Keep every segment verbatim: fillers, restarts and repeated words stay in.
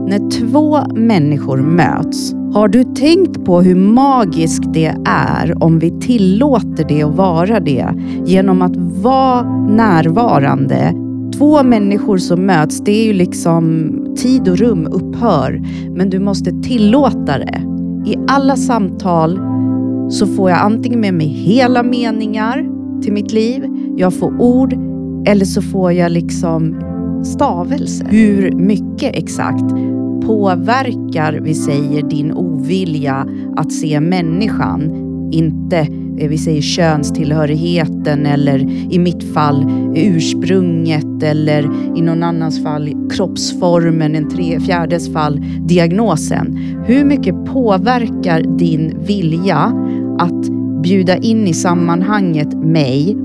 När två människor möts, har du tänkt på hur magiskt det är om vi tillåter det att vara det genom att vara närvarande? Två människor som möts, det är ju liksom tid och rum upphör, men du måste tillåta det. I alla samtal så får jag antingen med mig hela meningar till mitt liv, jag får ord, eller så får jag liksom stavelse. Hur mycket exakt påverkar, vi säger, din ovilja att se människan, inte vi säger könstillhörigheten eller i mitt fall ursprunget eller i någon annans fall kroppsformen, en tre, fjärdes fall diagnosen. Hur mycket påverkar din vilja att bjuda in i sammanhanget mig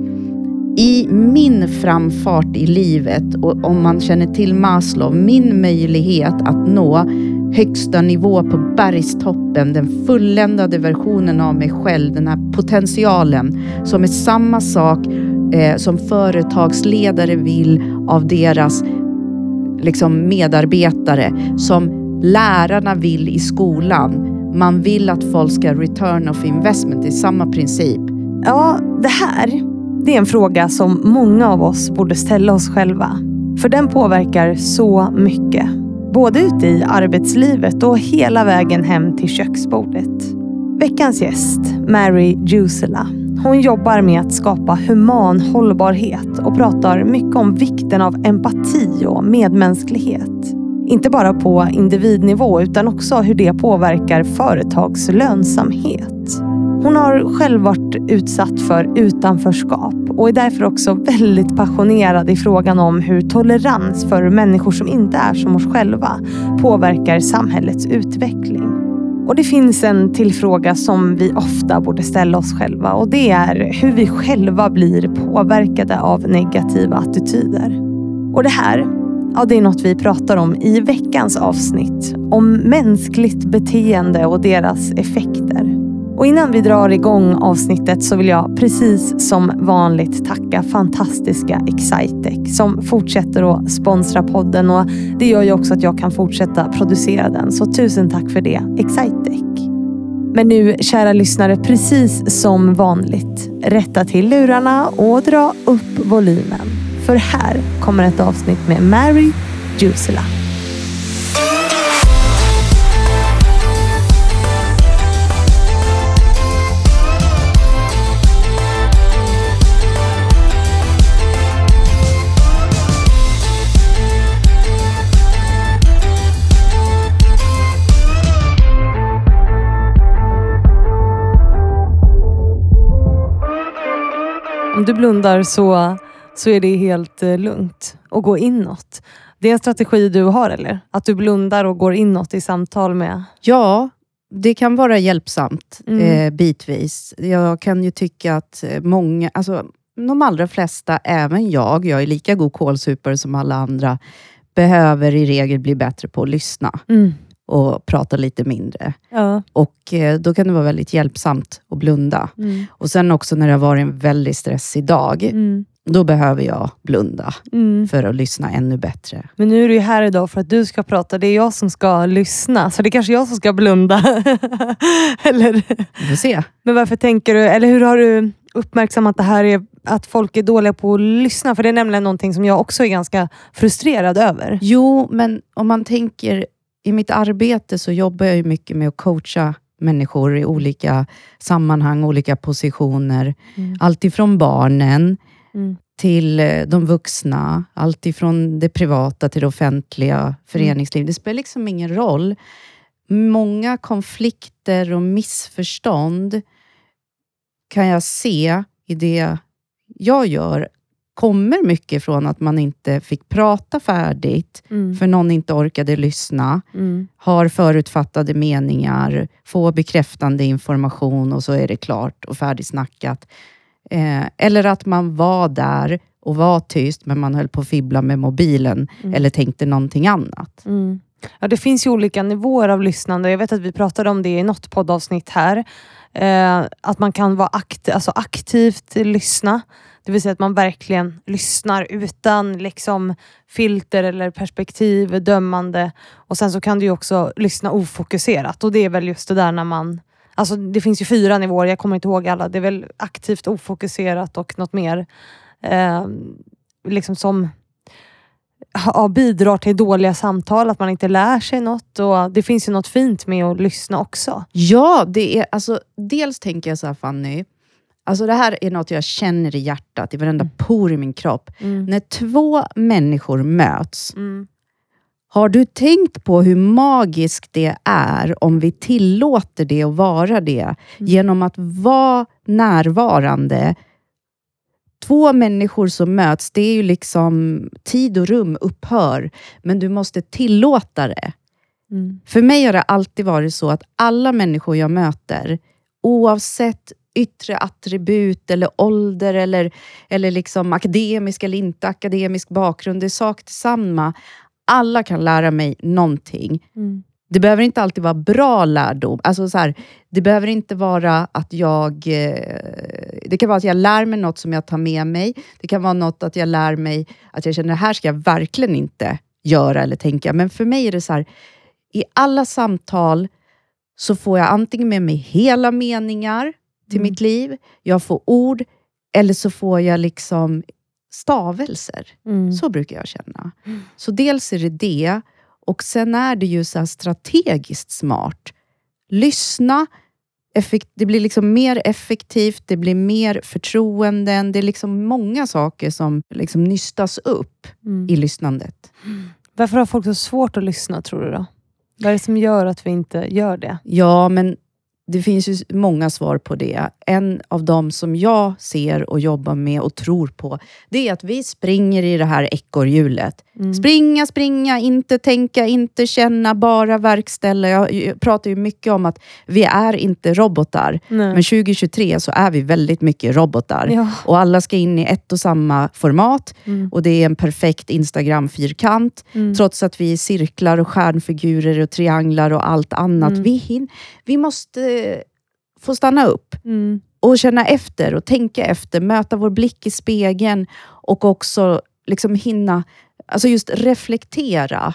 i min framfart i livet, och om man känner till Maslow, min möjlighet att nå högsta nivå på bergstoppen, den fulländade versionen av mig själv, den här potentialen som är samma sak eh, som företagsledare vill av deras liksom, medarbetare, som lärarna vill i skolan. Man vill att folk ska return of investment, det är samma princip. Ja, det här, det är en fråga som många av oss borde ställa oss själva. För den påverkar så mycket. Både ute i arbetslivet och hela vägen hem till köksbordet. Veckans gäst, Mary Jusela. Hon jobbar med att skapa human hållbarhet och pratar mycket om vikten av empati och medmänsklighet. Inte bara på individnivå utan också hur det påverkar företags lönsamhet. Hon har själv varit utsatt för utanförskap och är därför också väldigt passionerad i frågan om hur tolerans för människor som inte är som oss själva påverkar samhällets utveckling. Och det finns en till fråga som vi ofta borde ställa oss själva, och det är hur vi själva blir påverkade av negativa attityder. Och det här, ja, det är något vi pratar om i veckans avsnitt om mänskligt beteende och deras effekter. Och innan vi drar igång avsnittet så vill jag precis som vanligt tacka fantastiska Excitec som fortsätter att sponsra podden, och det gör ju också att jag kan fortsätta producera den. Så tusen tack för det, Excitec. Men nu, kära lyssnare, precis som vanligt, rätta till lurarna och dra upp volymen. För här kommer ett avsnitt med Mary Jusela. Om du blundar så, så är det helt eh, lugnt och gå inåt. Det är en strategi du har, eller? Att du blundar och går inåt i samtal med... Ja, det kan vara hjälpsamt mm. eh, bitvis. Jag kan ju tycka att många, alltså de allra flesta, även jag, jag är lika god kålsupare som alla andra, behöver i regel bli bättre på att lyssna. Mm. Och prata lite mindre. Ja. Och eh, då kan det vara väldigt hjälpsamt att blunda. Mm. Och sen också när det har varit en väldigt stressig dag. Mm. Då behöver jag blunda. Mm. För att lyssna ännu bättre. Men nu är du här idag för att du ska prata. Det är jag som ska lyssna. Så det är kanske jag som ska blunda. Eller? Vi får se. Men varför tänker du? Eller hur har du uppmärksammat det här är att folk är dåliga på att lyssna? För det är nämligen någonting som jag också är ganska frustrerad över. Jo, men om man tänker... I mitt arbete så jobbar jag ju mycket med att coacha människor i olika sammanhang, olika positioner. Mm. Allt ifrån barnen mm. till de vuxna. Allt ifrån det privata till det offentliga föreningsliv. Det spelar liksom ingen roll. Många konflikter och missförstånd kan jag se i det jag gör. Kommer mycket från att man inte fick prata färdigt mm. för någon inte orkade lyssna. Mm. Har förutfattade meningar, får bekräftande information och så är det klart och färdigsnackat. Eh, eller att man var där och var tyst men man höll på att fibbla med mobilen mm. eller tänkte någonting annat. Mm. Ja, det finns ju olika nivåer av lyssnande. Jag vet att vi pratade om det i något poddavsnitt här. Eh, att man kan vara akt- alltså aktivt lyssna. Det vill säga att man verkligen lyssnar utan liksom filter eller perspektiv, dömande. Och sen så kan du ju också lyssna ofokuserat. Och det är väl just det där när man... Alltså det finns ju fyra nivåer, jag kommer inte ihåg alla. Det är väl aktivt ofokuserat och något mer. Eh, liksom som ja, bidrar till dåliga samtal. Att man inte lär sig något. Och det finns ju något fint med att lyssna också. Ja, det är... Alltså, dels tänker jag så här, Fanny... Alltså det här är något jag känner i hjärtat, i varenda mm. por i min kropp. Mm. När två människor möts, mm. har du tänkt på hur magiskt det är om vi tillåter det att vara det? Mm. Genom att vara närvarande. Två människor som möts, det är ju liksom tid och rum upphör. Men du måste tillåta det. Mm. För mig har det alltid varit så att alla människor jag möter, oavsett yttre attribut eller ålder eller, eller liksom akademisk eller inte akademisk bakgrund, det är sak detsamma. Alla kan lära mig någonting. Mm. Det behöver inte alltid vara bra lärdom. Alltså så här, det behöver inte vara att jag... Det kan vara att jag lär mig något som jag tar med mig. Det kan vara något att jag lär mig att jag känner det här ska jag verkligen inte göra eller tänka. Men för mig är det så här, i alla samtal så får jag antingen med mig hela meningar till mm. mitt liv. Jag får ord. Eller så får jag liksom stavelser. Mm. Så brukar jag känna. Mm. Så dels är det det. Och sen är det ju så här strategiskt smart. Lyssna. Effekt, det blir liksom mer effektivt. Det blir mer förtroenden. Det är liksom många saker som liksom nystas upp mm. i lyssnandet. Mm. Varför har folk så svårt att lyssna, tror du då? Vad är det som gör att vi inte gör det? Ja, men det finns ju många svar på det. En av dem som jag ser och jobbar med och tror på, det är att vi springer i det här ekorrhjulet. Mm. Springa, springa, inte tänka, inte känna, bara verkställa. Jag pratar ju mycket om att vi är inte robotar. Nej. Men tjugo tjugotre så är vi väldigt mycket robotar. Ja. Och alla ska in i ett och samma format. Mm. Och det är en perfekt Instagram-fyrkant. Mm. Trots att vi är cirklar och stjärnfigurer och trianglar och allt annat. Mm. Vi, hin- vi måste få stanna upp. Mm. Och känna efter och tänka efter. Möta vår blick i spegeln. Och också liksom hinna... Alltså just reflektera.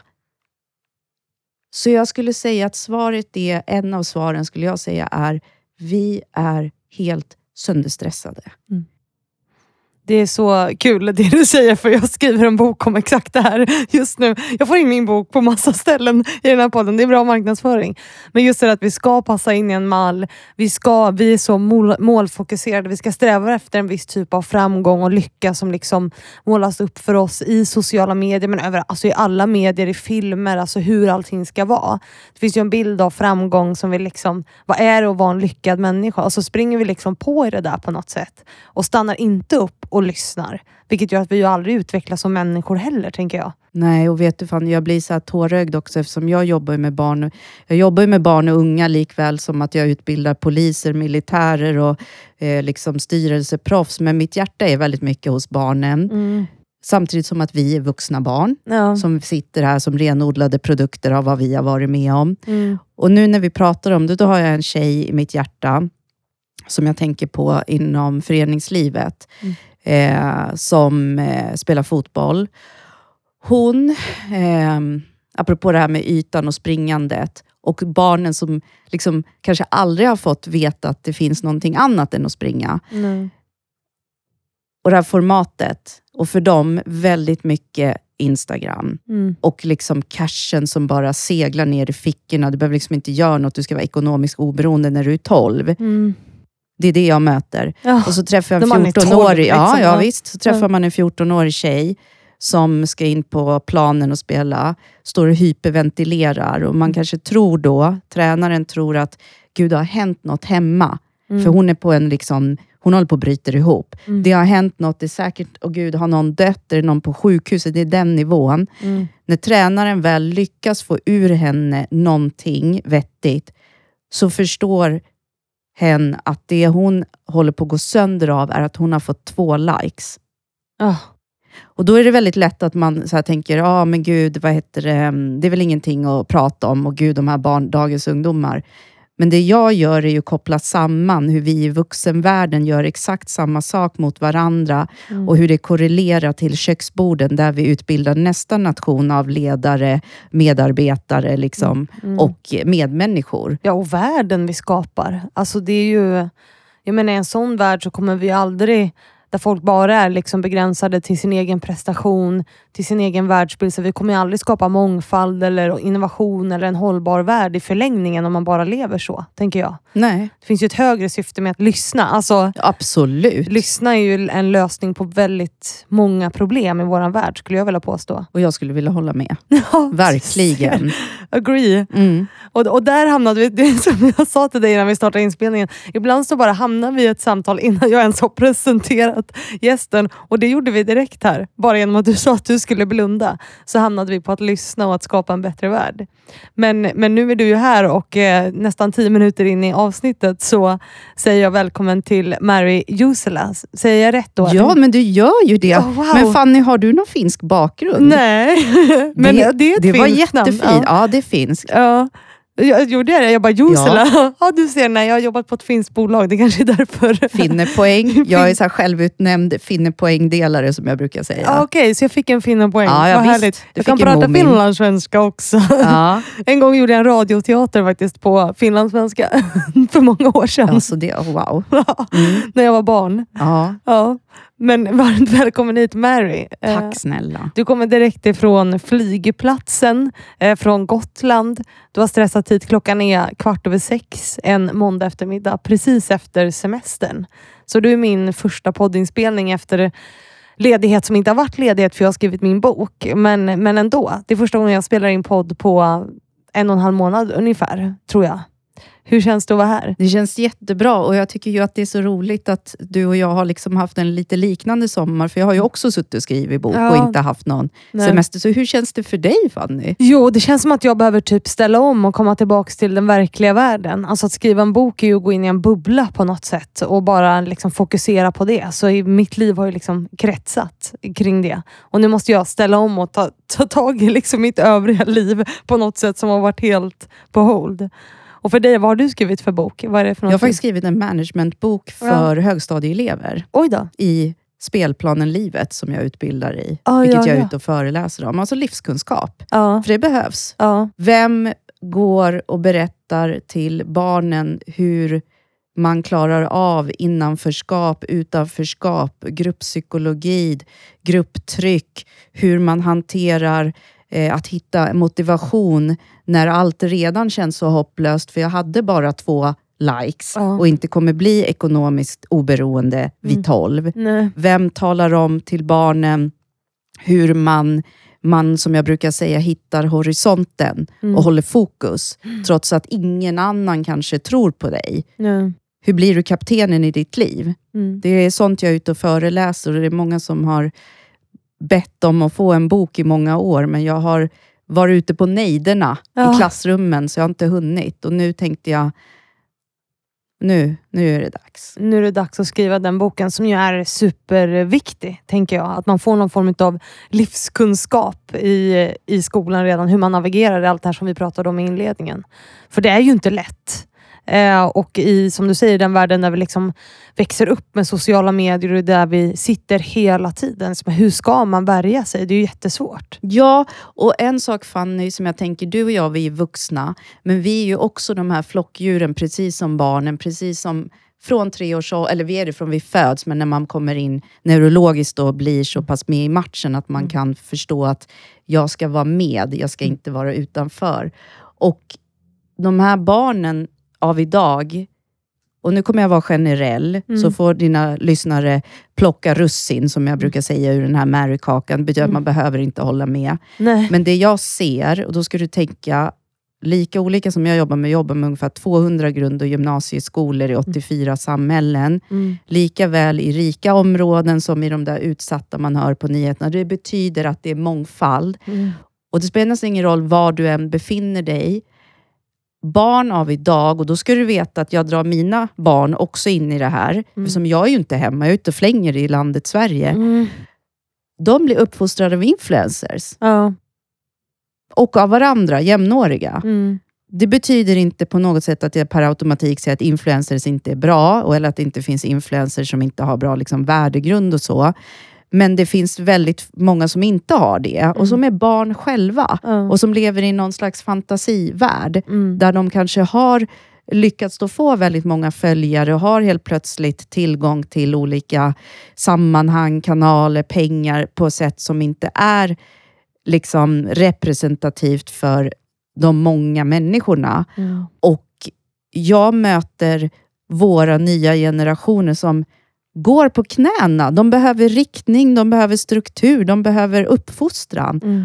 Så jag skulle säga att svaret är, en av svaren skulle jag säga är, vi är helt sönderstressade. Mm. Det är så kul det du säger, för jag skriver en bok om exakt det här just nu. Jag får in min bok på massa ställen i den här podden. Det är bra marknadsföring. Men just det att vi ska passa in i en mall. Vi, ska, vi är så mål, målfokuserade. Vi ska sträva efter en viss typ av framgång och lycka som liksom målas upp för oss i sociala medier. Men över, alltså i alla medier, i filmer. Alltså hur allting ska vara. Det finns ju en bild av framgång som vi liksom, vad är det att vara en lyckad människa? Och så springer vi liksom på i det där på något sätt. Och stannar inte upp och lyssnar. Vilket gör att vi ju aldrig utvecklas som människor heller, tänker jag. Nej, och vet du fan, jag blir så här tårögd också eftersom jag jobbar med barn. Jag jobbar med barn och unga likväl som att jag utbildar poliser, militärer och eh, liksom styrelseproffs. Men mitt hjärta är väldigt mycket hos barnen. Mm. Samtidigt som att vi är vuxna barn. Ja. Som sitter här som renodlade produkter av vad vi har varit med om. Mm. Och nu när vi pratar om det, då har jag en tjej i mitt hjärta som jag tänker på inom föreningslivet. Mm. Eh, som eh, spelar fotboll. Hon, eh, apropå det här med ytan och springandet. Och barnen som liksom kanske aldrig har fått veta att det finns någonting annat än att springa. Mm. Och det här formatet. Och för dem väldigt mycket Instagram. Mm. Och liksom cashen som bara seglar ner i fickorna. Du behöver liksom inte göra något. Du ska vara ekonomiskt oberoende när du är tolv. Mm. Det är det jag möter. Ja, och så träffar jag en fjorton-årig. Ja, liksom. ja, visst. Så träffar man en fjorton-årig tjej som ska in på planen och spela. Står och hyperventilerar. Och man mm. kanske tror då, tränaren tror att gud, det har hänt något hemma. Mm. För hon är på en liksom, hon håller på att bryta ihop. Mm. Det har hänt något, det är säkert, och gud, har någon dött? Är det någon på sjukhuset? Det är den nivån. Mm. När tränaren väl lyckas få ur henne någonting vettigt, så förstår hen att det hon håller på att gå sönder av är att hon har fått två likes. Oh. Och då är det väldigt lätt att man så här tänker, ja ah, men gud, vad heter det? Det är väl ingenting att prata om. Och gud, de här barn, dagens ungdomar. Men det jag gör är ju koppla samman hur vi i vuxenvärlden gör exakt samma sak mot varandra. Mm. Och hur det korrelerar till köksborden där vi utbildar nästa nation av ledare, medarbetare liksom, mm. och medmänniskor. Ja, och världen vi skapar. Alltså det är ju, jag menar i en sån värld så kommer vi aldrig, där folk bara är liksom begränsade till sin egen prestation, till sin egen världsbild. Så vi kommer ju aldrig skapa mångfald eller innovation eller en hållbar värld i förlängningen om man bara lever så, tänker jag. Nej. Det finns ju ett högre syfte med att lyssna. Alltså, absolut. Lyssna är ju en lösning på väldigt många problem i våran värld, skulle jag vilja påstå. Och jag skulle vilja hålla med. Verkligen. Agree. Mm. Och, och där hamnade vi, det som jag sa till dig när vi startade inspelningen. Ibland så bara hamnar vi i ett samtal innan jag ens har presenterat gästen. Och det gjorde vi direkt här. Bara genom att du sa att du skulle blunda. Så hamnade vi på att lyssna och att skapa en bättre värld. Men, men nu är du ju här och eh, nästan tio minuter in i avsnittet så säger jag välkommen till Mary Jussila. Säger jag rätt då? Ja, men du gör ju det. Oh, wow. Men Fanny, har du någon finsk bakgrund? Nej, men det, det är ett det var finskt jättefint. namn. Ja. ja, det är finskt. Ja. Jag gjorde det, jag bara Jussila. Ja. ja, du ser, nej, jag har jobbat på ett finskt bolag, det är kanske är därför. Finnepoäng, jag är så här självutnämnd finnepoängdelare som jag brukar säga. Ja, okej, okay, så jag fick en finnepoäng, ja, ja, vad visst. härligt. Jag kan prata finlandssvenska också. Ja. En gång gjorde jag en radioteater faktiskt på finlandssvenska för många år sedan. Alltså det, wow. Mm. När jag var barn. Ja. Ja. Men varmt välkommen hit Mary. Tack snälla. Du kommer direkt ifrån flygplatsen från Gotland. Du har stressat hit, klockan är kvart över sex en måndag eftermiddag precis efter semestern. Så du är min första poddinspelning efter ledighet som inte har varit ledighet för jag har skrivit min bok. Men, men ändå, det är första gången jag spelar in podd på en och en halv månad ungefär, tror jag. Hur känns det att vara här? Det känns jättebra och jag tycker ju att det är så roligt att du och jag har liksom haft en lite liknande sommar. För jag har ju också suttit och skrivit bok ja. och inte haft någon Nej. semester. Så hur känns det för dig, Fanny? Jo, det känns som att jag behöver typ ställa om och komma tillbaka till den verkliga världen. Alltså att skriva en bok är ju att gå in i en bubbla på något sätt och bara liksom fokusera på det. Så i mitt liv har ju liksom kretsat kring det. Och nu måste jag ställa om och ta, ta tag i liksom mitt övriga liv på något sätt som har varit helt på hold. Och för dig, vad har du skrivit för bok? Vad är det för jag har faktiskt skrivit en managementbok för ja. högstadieelever. Oj då. I spelplanen Livet som jag utbildar i. Ah, vilket ja, jag är ja. ute och föreläser om. Alltså livskunskap. Ah. För det behövs. Ah. Vem går och berättar till barnen hur man klarar av innanförskap, utanförskap, grupppsykologi, grupptryck, hur man hanterar eh, att hitta motivation när allt redan känns så hopplöst, för jag hade bara två likes ja. och inte kommer bli ekonomiskt oberoende vid mm. tolv. Nej. Vem talar om till barnen hur man, man, som jag brukar säga, hittar horisonten mm. och håller fokus, mm. trots att ingen annan kanske tror på dig. Nej. Hur blir du kaptenen i ditt liv? Mm. Det är sånt jag är ute och föreläser, och det är många som har bett om att få en bok i många år, men jag har varit ute på nejderna ja. i klassrummen, så jag har inte hunnit. Och nu tänkte jag, nu, nu är det dags. Nu är det dags att skriva den boken som ju är superviktig, tänker jag. Att man får någon form av livskunskap i, i skolan redan. Hur man navigerar allt det här som vi pratade om i inledningen. För det är ju inte lätt. Eh, och i, som du säger, den världen där vi liksom växer upp med sociala medier och där vi sitter hela tiden. Så hur ska man bärga sig? Det är ju jättesvårt. Ja, och en sak, Fanny, som jag tänker, du och jag, vi är vuxna, men vi är ju också de här flockdjuren, precis som barnen, precis som från tre års ålder, eller vi är det från vi föds, men när man kommer in neurologiskt och blir så pass med i matchen att man kan förstå att jag ska vara med, jag ska inte vara utanför. Och de här barnen av idag, och nu kommer jag vara generell, mm. så får dina lyssnare plocka russin, som jag brukar säga, ur den här Mary-kakan. Betyder mm. man behöver inte hålla med. Nej. Men det jag ser, och då ska du tänka, lika olika som jag jobbar med, jobbar med ungefär tvåhundra grund- och gymnasieskolor i åttiofyra mm. samhällen. Mm. Lika väl i rika områden som i de där utsatta man hör på nyheterna. Det betyder att det är mångfald. Mm. Och det spelar nästan ingen roll var du än befinner dig. Barn av idag, och då ska du veta att jag drar mina barn också in i det här. Mm. Som jag är ju inte hemma, jag är ute och flänger i landet Sverige. Mm. De blir uppfostrade av influencers. Ja. Och av varandra, jämnåriga. Mm. det betyder inte på något sätt att jag per automatik säger att influencers inte är bra. Eller att det inte finns influencers som inte har bra liksom, värdegrund och så. Men det finns väldigt många som inte har det. Mm. Och som är barn själva. Mm. Och som lever i någon slags fantasivärld. Mm. Där de kanske har lyckats då få väldigt många följare. Och har helt plötsligt tillgång till olika sammanhang, kanaler, pengar. På sätt som inte är liksom representativt för de många människorna. Mm. Och jag möter våra nya generationer som går på knäna. De behöver riktning, de behöver struktur, de behöver uppfostran. Mm.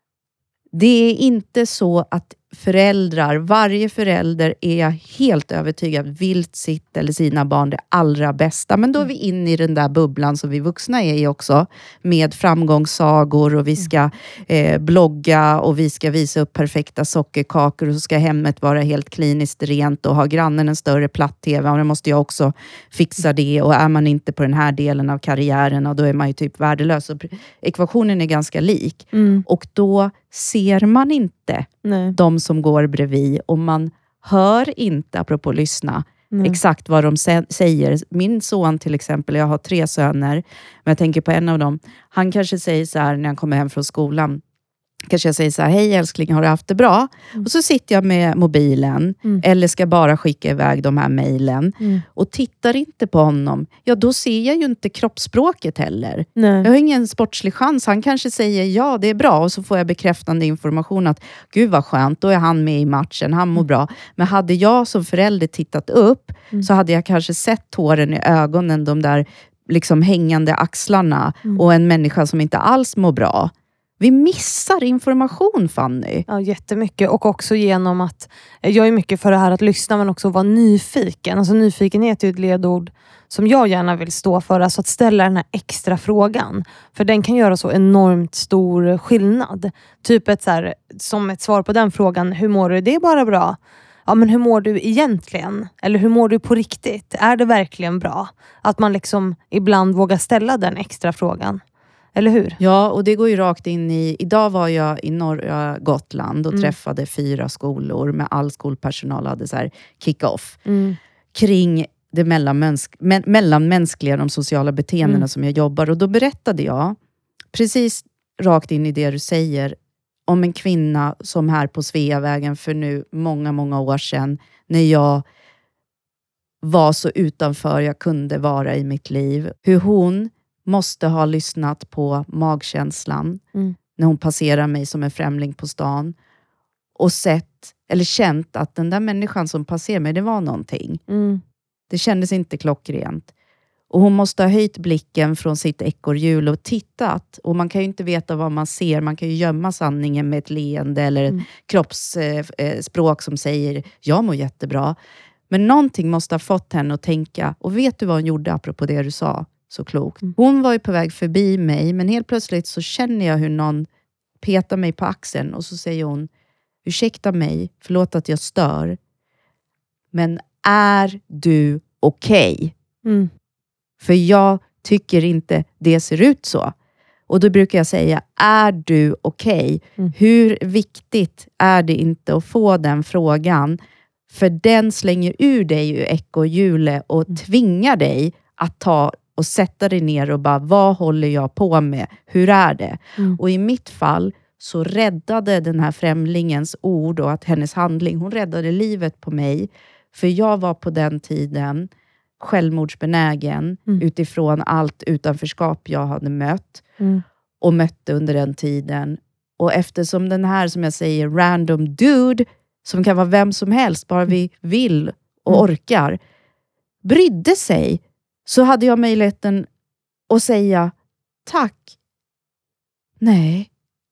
Det är inte så att föräldrar, varje förälder är jag helt övertygad vill sitt eller sina barn det allra bästa. Men då är vi inne i den där bubblan som vi vuxna är i också. Med framgångssagor och vi ska eh, blogga och vi ska visa upp perfekta sockerkakor och så ska hemmet vara helt kliniskt rent och ha grannen en större platt-tv och då måste jag också fixa det och är man inte på den här delen av karriären och då är man ju typ värdelös. Och ekvationen är ganska lik. Mm. Och då ser man inte Nej. De som går bredvid och man hör inte, apropå lyssna, Nej. Exakt vad de sä- säger. Min son till exempel, jag har tre söner, men jag tänker på en av dem. Han kanske säger så här när han kommer hem från skolan. Kanske jag säger så här, hej älskling, har du haft det bra? Mm. Och så sitter jag med mobilen. Mm. Eller ska bara skicka iväg de här mejlen. Mm. Och tittar inte på honom. Ja, då ser jag ju inte kroppsspråket heller. Nej. Jag har ingen sportslig chans. Han kanske säger, ja det är bra. Och så får jag bekräftande information att, gud vad skönt, då är han med i matchen. Han mår mm. bra. Men hade jag som förälder tittat upp. Mm. Så hade jag kanske sett tåren i ögonen. De där liksom hängande axlarna. Mm. Och en människa som inte alls mår bra. Vi missar information, Fanny. Ja, jättemycket. Och också genom att, jag är mycket för det här att lyssna men också vara nyfiken. Alltså nyfikenhet är ju ett ledord som jag gärna vill stå för. Alltså att ställa den här extra frågan. För den kan göra så enormt stor skillnad. Typ ett så här, som ett svar på den frågan, hur mår du? Det är bara bra. Ja, men hur mår du egentligen? Eller hur mår du på riktigt? Är det verkligen bra? Att man liksom ibland vågar ställa den extra frågan. Eller hur? Ja, och det går ju rakt in i... Idag var jag i norra Gotland och mm. träffade fyra skolor med all skolpersonal hade så här kick-off. Mm. Kring det mellanmänsk- me- mellanmänskliga, de sociala beteendena mm. som jag jobbar. Och då berättade jag, precis rakt in i det du säger, om en kvinna som här på Sveavägen för nu många, många år sedan. När jag var så utanför jag kunde vara i mitt liv. Hur hon... måste ha lyssnat på magkänslan mm. när hon passerar mig som en främling på stan. Och sett, eller känt att den där människan som passerar mig, det var någonting. Mm. Det kändes inte klockrent. Och hon måste ha höjt blicken från sitt ekorrhjul och tittat. Och man kan ju inte veta vad man ser. Man kan ju gömma sanningen med ett leende eller mm. ett kroppsspråk som säger, jag mår jättebra. Men någonting måste ha fått henne att tänka. Och vet du vad hon gjorde apropå det du sa? Så klokt. Hon var ju på väg förbi mig. Men helt plötsligt så känner jag hur någon petar mig på axeln. Och så säger hon, ursäkta mig, förlåt att jag stör. Men är du okej? Okay? Mm. För jag tycker inte det ser ut så. Och då brukar jag säga, är du okej? Okay? Mm. Hur viktigt är det inte att få den frågan? För den slänger ur dig ur ekorrhjulet och mm. tvingar dig att ta och sätta dig ner och bara, vad håller jag på med? Hur är det? Mm. Och i mitt fall så räddade den här främlingens ord och att hennes handling, hon räddade livet på mig. För jag var på den tiden självmordsbenägen mm. utifrån allt utanförskap jag hade mött. Mm. Och mötte under den tiden. Och eftersom den här, som jag säger, random dude, som kan vara vem som helst, bara vi vill och mm. orkar, brydde sig. Så hade jag möjligheten att säga, tack. Nej.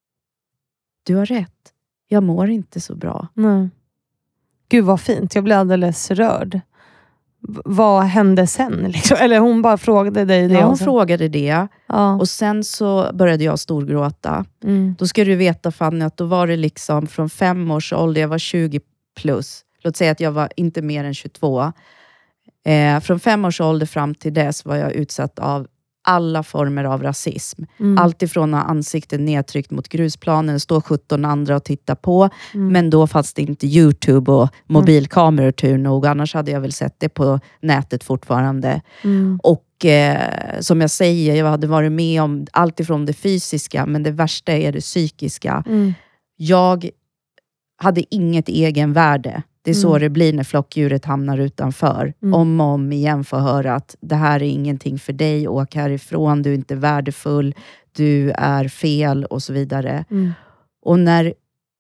Du har rätt. Jag mår inte så bra. Nej. Gud vad fint. Jag blev alldeles rörd. V- vad hände sen? Liksom? Eller hon bara frågade dig det? Ja, hon sen... frågade det. Ja. Och sen så började jag storgråta. Mm. Då ska du veta, Fanny, att då var det liksom från fem års ålder. Jag var tjugo plus. Låt säga att jag var inte mer än tjugotvå. Eh, från fem års ålder fram till dess var jag utsatt av alla former av rasism. Mm. Allt ifrån att ha ansiktet nedtryckt mot grusplanen, står sjutton andra och tittar på. Mm. Men då fanns det inte YouTube och mobilkameror tur nog. Annars hade jag väl sett det på nätet fortfarande. Mm. Och eh, som jag säger, jag hade varit med om allt ifrån det fysiska, men det värsta är det psykiska. Mm. Jag hade inget egenvärde. Det är så mm. det blir när flockdjuret hamnar utanför. Mm. Om och om igen får höra att det här är ingenting för dig. Åk härifrån, du är inte värdefull. Du är fel och så vidare. Mm. Och när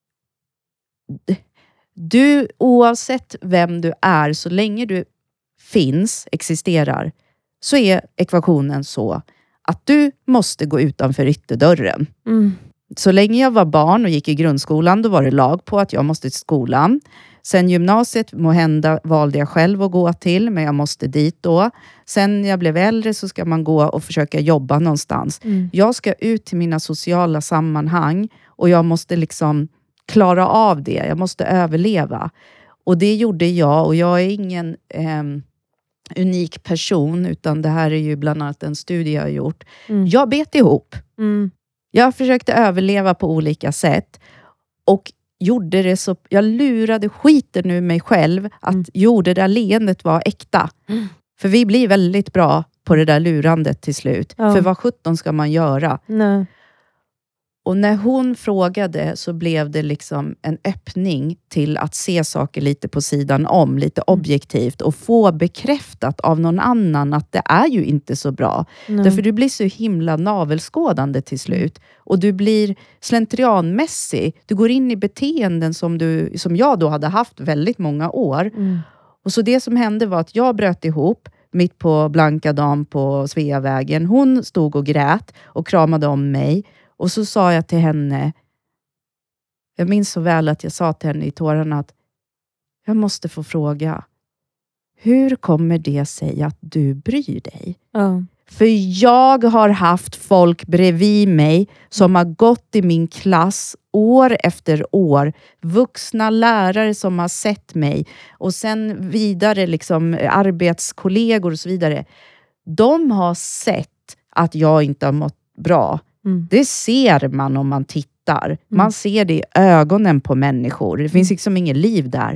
du, oavsett vem du är, så länge du finns, existerar, så är ekvationen så att du måste gå utanför ytterdörren. Mm. Så länge jag var barn och gick i grundskolan, då var det lag på att jag måste till skolan. Sen gymnasiet, må hända, valde jag själv att gå till, men jag måste dit då. Sen när jag blev äldre så ska man gå och försöka jobba någonstans. Mm. Jag ska ut till mina sociala sammanhang och jag måste liksom klara av det. Jag måste överleva. Och det gjorde jag, och jag är ingen eh, unik person, utan det här är ju bland annat en studie jag har gjort. Mm. Jag bet ihop. Mm. Jag försökte överleva på olika sätt och gjorde det så, jag lurade skiten ur mig själv att mm. jo, det där leendet var äkta. Mm. För vi blir väldigt bra på det där lurandet till slut. Ja. För vad sjutton ska man göra? Nej. Och när hon frågade så blev det liksom en öppning till att se saker lite på sidan om, lite objektivt, och få bekräftat av någon annan att det är ju inte så bra. Nej. Därför du blir så himla navelskådande till slut. Och du blir slentrianmässig. Du går in i beteenden som, du, som jag då hade haft väldigt många år. Mm. Och så det som hände var att jag bröt ihop mitt på Blanka dam på Sveavägen. Hon stod och grät och kramade om mig. Och så sa jag till henne, jag minns så väl att jag sa till henne i tårarna att jag måste få fråga, hur kommer det sig att du bryr dig? Mm. För jag har haft folk bredvid mig som har gått i min klass år efter år. Vuxna lärare som har sett mig. Och sen vidare liksom arbetskollegor och så vidare. De har sett att jag inte har mått bra. Mm. Det ser man om man tittar. Mm. Man ser det i ögonen på människor. Det finns liksom ingen liv där.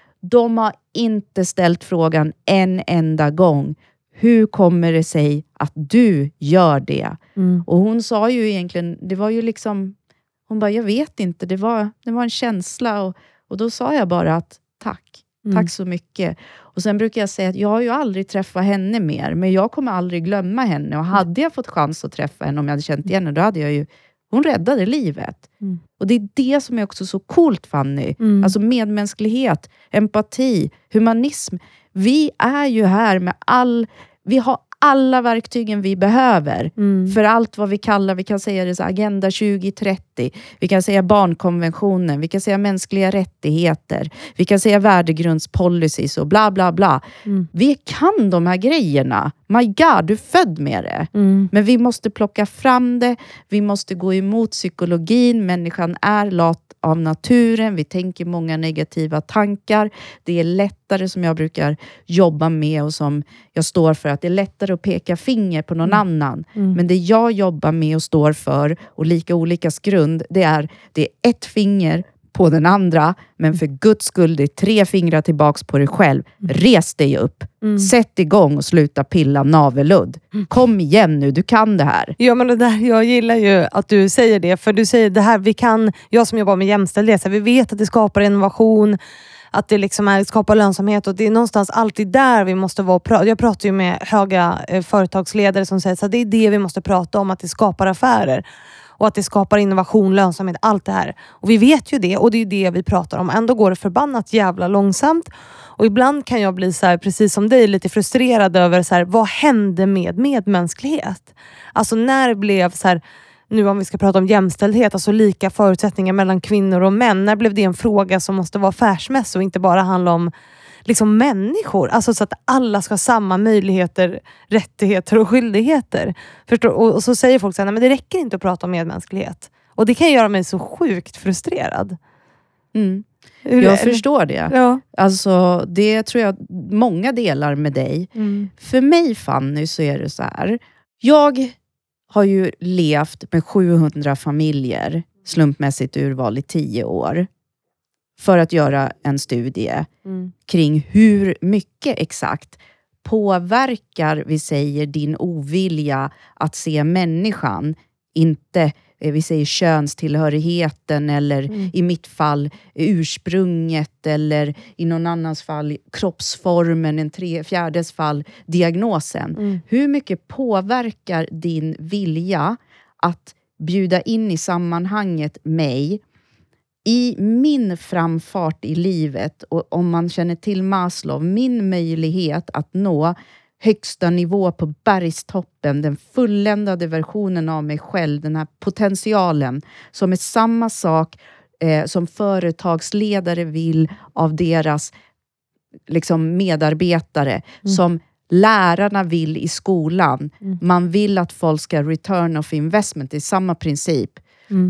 De har inte ställt frågan en enda gång. Hur kommer det sig att du gör det? Mm. Och hon sa ju egentligen, det var ju liksom, hon bara, jag vet inte. Det var, det var en känsla. Och, och då sa jag bara att tack. Mm. Tack så mycket. Och sen brukar jag säga att jag har ju aldrig träffat henne mer. Men jag kommer aldrig glömma henne. Och hade jag fått chans att träffa henne om jag hade känt igen henne, då hade jag ju, hon räddade livet. Mm. Och det är det som är också så coolt, Fanny. Mm. Alltså medmänsklighet, empati, humanism. Vi är ju här med all, vi har alla verktygen vi behöver. Mm. För allt vad vi kallar, vi kan säga det så, Agenda tjugo trettio. Vi kan säga barnkonventionen. Vi kan säga mänskliga rättigheter. Vi kan säga värdegrundspolicies och bla bla bla. Mm. Vi kan de här grejerna. My God, du är född med det. Mm. Men vi måste plocka fram det. Vi måste gå emot psykologin. Människan är lat av naturen. Vi tänker många negativa tankar. Det är lättare, som jag brukar jobba med och som jag står för, att det är lättare att peka finger på någon mm. annan. Mm. Men det jag jobbar med och står för, och lika olikas grund, det är, det är ett finger på den andra, men för Guds skull, det är tre fingrar tillbaks på dig själv. Mm. Res dig upp. Mm. Sätt igång och sluta pilla naveludd. Mm. Kom igen nu, du kan det här. Ja, men det där, jag gillar ju att du säger det, för du säger det här, vi kan, jag som jobbar med jämställdhet, så vi vet att det skapar innovation, att det liksom är, skapar lönsamhet, och det är någonstans alltid där vi måste vara. Pra- jag pratar ju med höga eh, företagsledare som säger att det är det vi måste prata om, att det skapar affärer. Och att det skapar innovation, lönsamhet, allt det här. Och vi vet ju det, och det är det vi pratar om. Ändå går det förbannat jävla långsamt. Och ibland kan jag bli så här, precis som dig, lite frustrerad över så här, vad hände med medmänsklighet? Alltså när blev så här, nu om vi ska prata om jämställdhet, alltså lika förutsättningar mellan kvinnor och män. När blev det en fråga som måste vara affärsmässig och inte bara handla om liksom människor, alltså så att alla ska ha samma möjligheter, rättigheter och skyldigheter. Förstår? Och, och så säger folk så här, nej, men det räcker inte att prata om medmänsklighet. Och det kan göra mig så sjukt frustrerad. Mm. Jag förstår det. Ja. Alltså det tror jag många delar med dig. Mm. För mig, Fanny, så är det så här Jag har ju levt med sjuhundra familjer slumpmässigt urval i tio år. För att göra en studie mm. kring hur mycket exakt påverkar, vi säger, din ovilja att se människan. Inte, vi säger, könstillhörigheten eller mm. i mitt fall ursprunget eller i någon annans fall kroppsformen, en tre, fjärdes fall diagnosen. Mm. Hur mycket påverkar din vilja att bjuda in i sammanhanget mig i min framfart i livet, och om man känner till Maslow, min möjlighet att nå högsta nivå på bergstoppen, den fulländade versionen av mig själv, den här potentialen som är samma sak eh, som företagsledare vill av deras liksom medarbetare, mm. som lärarna vill i skolan. Mm. Man vill att folk ska return of investment, det är samma princip. Mm.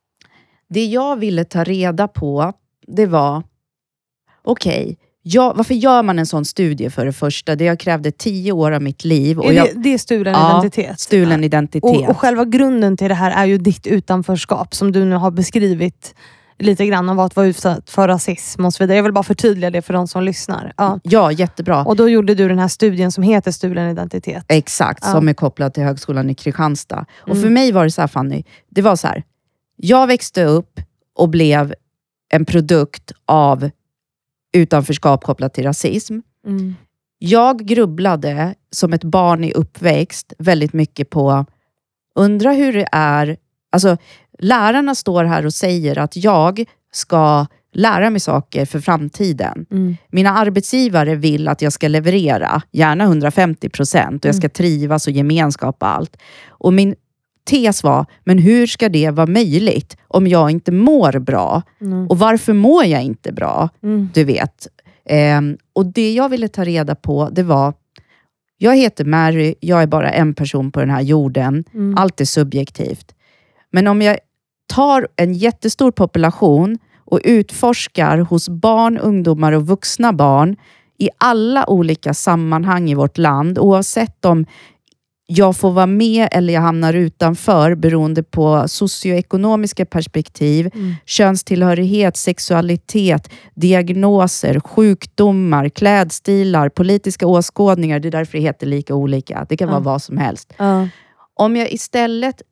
Det jag ville ta reda på, det var, okej, okay, ja, varför gör man en sån studie för det första? Det jag krävde tio år av mitt liv. Och är det, jag, det är stulen ja, identitet? stulen identitet. Och, och själva grunden till det här är ju ditt utanförskap som du nu har beskrivit lite grann om att vara utsatt för rasism och så vidare. Jag vill bara förtydliga det för de som lyssnar. Ja, ja, jättebra. Och då gjorde du den här studien som heter Stulen identitet. Exakt, ja. Som är kopplad till högskolan i Kristianstad. Och mm. för mig var det så här, Fanny, det var så här, jag växte upp och blev en produkt av utanförskap kopplat till rasism. Mm. Jag grubblade som ett barn i uppväxt väldigt mycket på, undra hur det är, alltså lärarna står här och säger att jag ska lära mig saker för framtiden. Mm. Mina arbetsgivare vill att jag ska leverera, gärna hundrafemtio procent, och jag ska trivas och gemenskap och allt. Och min tes var, men hur ska det vara möjligt om jag inte mår bra? Mm. Och varför mår jag inte bra? Mm. Du vet. Um, och det jag ville ta reda på, det var, jag heter Mary, jag är bara en person på den här jorden. Mm. Allt är subjektivt. Men om jag tar en jättestor population och utforskar hos barn, ungdomar och vuxna barn i alla olika sammanhang i vårt land, oavsett om jag får vara med eller jag hamnar utanför beroende på socioekonomiska perspektiv, mm. könstillhörighet, sexualitet, diagnoser, sjukdomar, klädstilar, politiska åskådningar. Det är därför det heter lika olika. Det kan mm. vara vad som helst. Mm. Om jag istället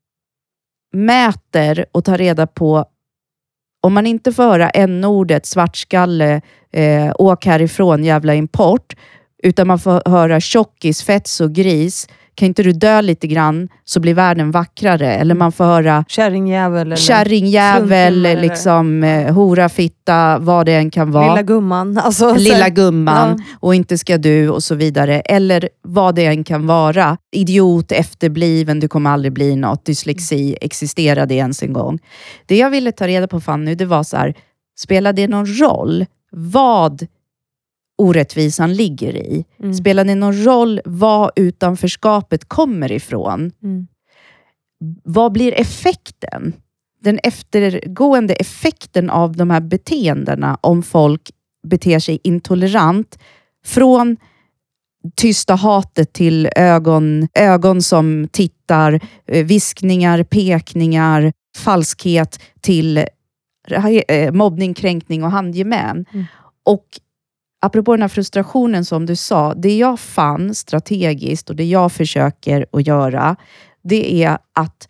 mäter och tar reda på, om man inte får höra n-ordet, svartskalle, eh, åk härifrån, jävla import, utan man får höra tjockis, fets och gris, kan inte du dö lite grann så blir världen vackrare. Eller man får höra kärringjävel, kärringjävel liksom eh, hora, fitta, vad det än kan vara. Lilla gumman. Alltså, Lilla gumman ja. Och inte ska du och så vidare. Eller vad det än kan vara. Idiot, efterbliven, du kommer aldrig bli något. Dyslexi, existerar det ens en gång. Det jag ville ta reda på, Fanny, det var så här, spelar det någon roll vad orättvisan ligger i? Mm. Spelar det någon roll vad utanförskapet kommer ifrån? Mm. Vad blir effekten? Den eftergående effekten av de här beteendena om folk beter sig intolerant, från tysta hatet till ögon, ögon som tittar, viskningar, pekningar, falskhet till mobbning, kränkning och handgemän. Mm. Och apropå den här frustrationen som du sa, det jag fann strategiskt och det jag försöker att göra, det är att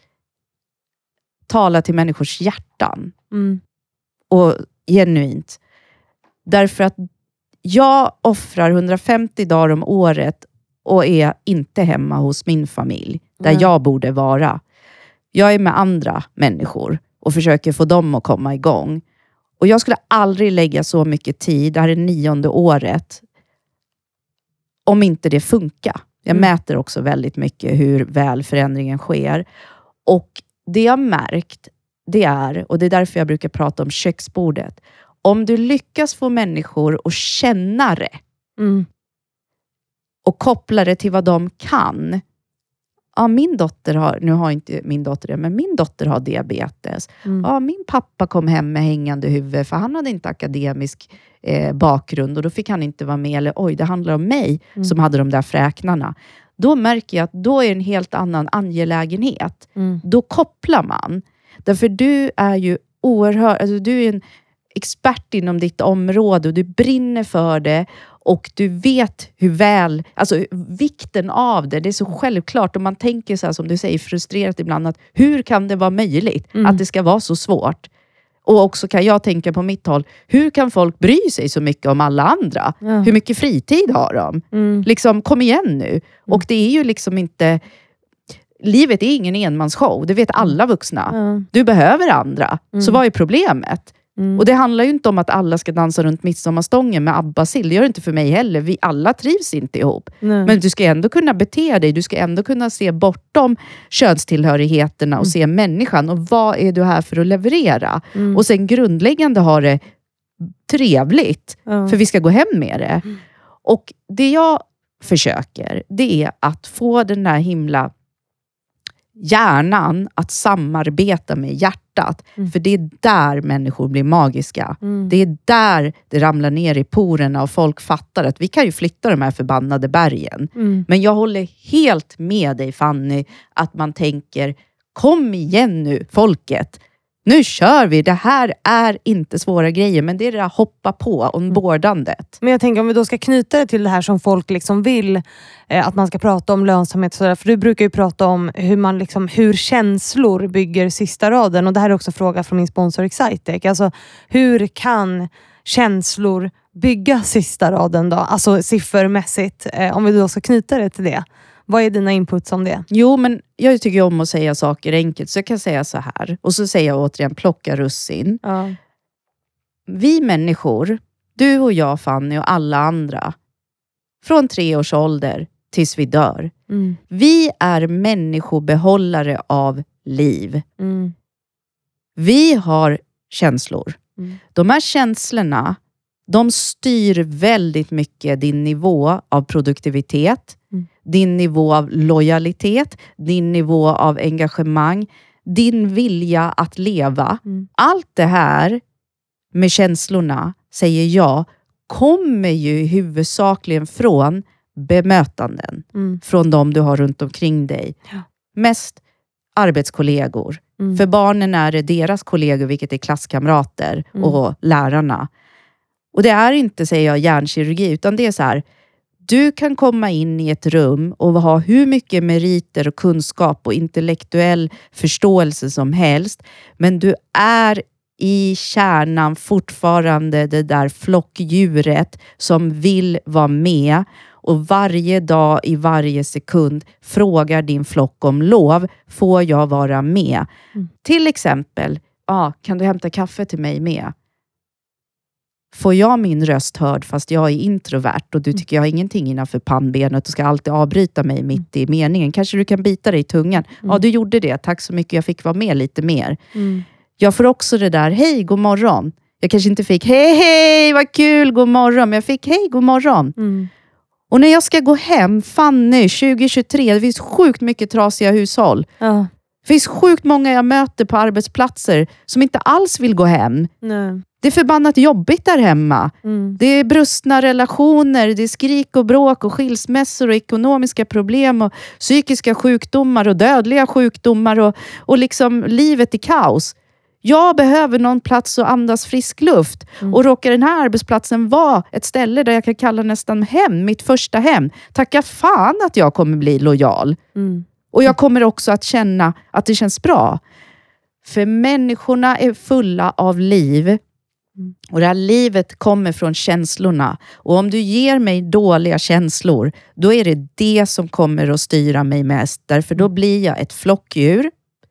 tala till människors hjärtan. Mm. Och genuint. Därför att jag offrar hundrafemtio dagar om året och är inte hemma hos min familj, där mm. jag borde vara. Jag är med andra människor och försöker få dem att komma igång. Och jag skulle aldrig lägga så mycket tid, det här är nionde året, om inte det funkar. Jag mm. mäter också väldigt mycket hur väl förändringen sker. Och det jag märkt, det är, och det är därför jag brukar prata om köksbordet. Om du lyckas få människor att känna det mm. och koppla det till vad de kan. Ja, min dotter har, nu har inte min dotter det, men min dotter har diabetes. Mm. Ja, min pappa kom hem med hängande huvud för han hade inte akademisk eh, bakgrund och då fick han inte vara med. Eller oj, det handlar om mig mm. som hade de där fräknarna. då märker jag att då är det en helt annan angelägenhet. Mm. Då kopplar man. Därför du är ju oerhört, alltså du är en expert inom ditt område och du brinner för det och du vet hur väl, alltså vikten av det, det är så självklart och man tänker så här som du säger frustrerat ibland att hur kan det vara möjligt Mm. att det ska vara så svårt? Och också kan jag tänka på mitt håll, hur kan folk bry sig så mycket om alla andra? Ja. Hur mycket fritid har de? Mm. Liksom, kom igen nu. Och det är ju liksom inte, livet är ingen enmansshow, det vet alla vuxna. Ja. Du behöver andra. Mm. Så vad är problemet? Mm. Och det handlar ju inte om att alla ska dansa runt midsommarstången med Abba-sill. Det gör det inte för mig heller. Vi alla trivs inte ihop. Nej. Men du ska ändå kunna bete dig. Du ska ändå kunna se bortom könstillhörigheterna och Mm. se människan. Och vad är du här för att leverera? Mm. Och sen grundläggande ha det trevligt. Ja. För vi ska gå hem med det. Mm. Och det jag försöker, det är att få den här himla hjärnan att samarbeta med hjärtat. Mm. För det är där människor blir magiska. Mm. Det är där det ramlar ner i porerna och folk fattar att vi kan ju flytta de här förbannade bergen. Mm. Men jag håller helt med dig Fanny att man tänker, kom igen nu folket. Nu kör vi, det här är inte svåra grejer men det är det där hoppa på onboardandet. Men jag tänker om vi då ska knyta det till det här som folk liksom vill eh, att man ska prata om lönsamhet och sådär. För du brukar ju prata om hur man liksom, hur känslor bygger sista raden. Och det här är också en fråga från min sponsor Excitec. Alltså hur kan känslor bygga sista raden då? Alltså siffermässigt. Eh, om vi då ska knyta det till det. Vad är dina inputs om det? Jo, men jag tycker om att säga saker enkelt. Så jag kan säga så här. Och så säger jag återigen, plocka russin. Ja. Vi människor, du och jag Fanny och alla andra. Från tre års ålder tills vi dör. Mm. Vi är människobehållare av liv. Mm. Vi har känslor. Mm. De här känslorna, de styr väldigt mycket din nivå av produktivitet. Mm. Din nivå av lojalitet. Din nivå av engagemang. Din vilja att leva. Mm. Allt det här med känslorna, säger jag, kommer ju huvudsakligen från bemötanden. Mm. Från de du har runt omkring dig. Ja. Mest arbetskollegor. Mm. För barnen är det deras kollegor, vilket är klasskamrater Mm. och lärarna. Och det är inte, säger jag, hjärnkirurgi, utan det är så här. Du kan komma in i ett rum och ha hur mycket meriter och kunskap och intellektuell förståelse som helst. Men du är i kärnan fortfarande det där flockdjuret som vill vara med. Och varje dag i varje sekund frågar din flock om lov. Får jag vara med? Mm. Till exempel, ah, kan du hämta kaffe till mig med? Får jag min röst hörd fast jag är introvert och du tycker jag har ingenting innanför pannbenet och ska alltid avbryta mig mitt i meningen. Kanske du kan bita dig i tungan. Mm. Ja, du gjorde det. Tack så mycket. Jag fick vara med lite mer. Mm. Jag får också det där, hej, god morgon. Jag kanske inte fick, hej, hej, vad kul, god morgon. Men jag fick, hej, god morgon. Mm. Och när jag ska gå hem, Fanny, tjugo tjugotre, det finns sjukt mycket trasiga hushåll. Ja. Det finns sjukt många jag möter på arbetsplatser som inte alls vill gå hem. Nej. Det är förbannat jobbigt där hemma. Mm. Det är brustna relationer, det är skrik och bråk och skilsmässor och ekonomiska problem och psykiska sjukdomar och dödliga sjukdomar och, och liksom livet i kaos. Jag behöver någon plats att andas frisk luft. Mm. Och råkar den här arbetsplatsen vara ett ställe där jag kan kalla nästan hem, mitt första hem. Tacka fan att jag kommer bli lojal. Mm. Och jag kommer också att känna att det känns bra. För människorna är fulla av liv. Och det här livet kommer från känslorna. Och om du ger mig dåliga känslor, då är det det som kommer att styra mig mest. Därför då blir jag ett flockdjur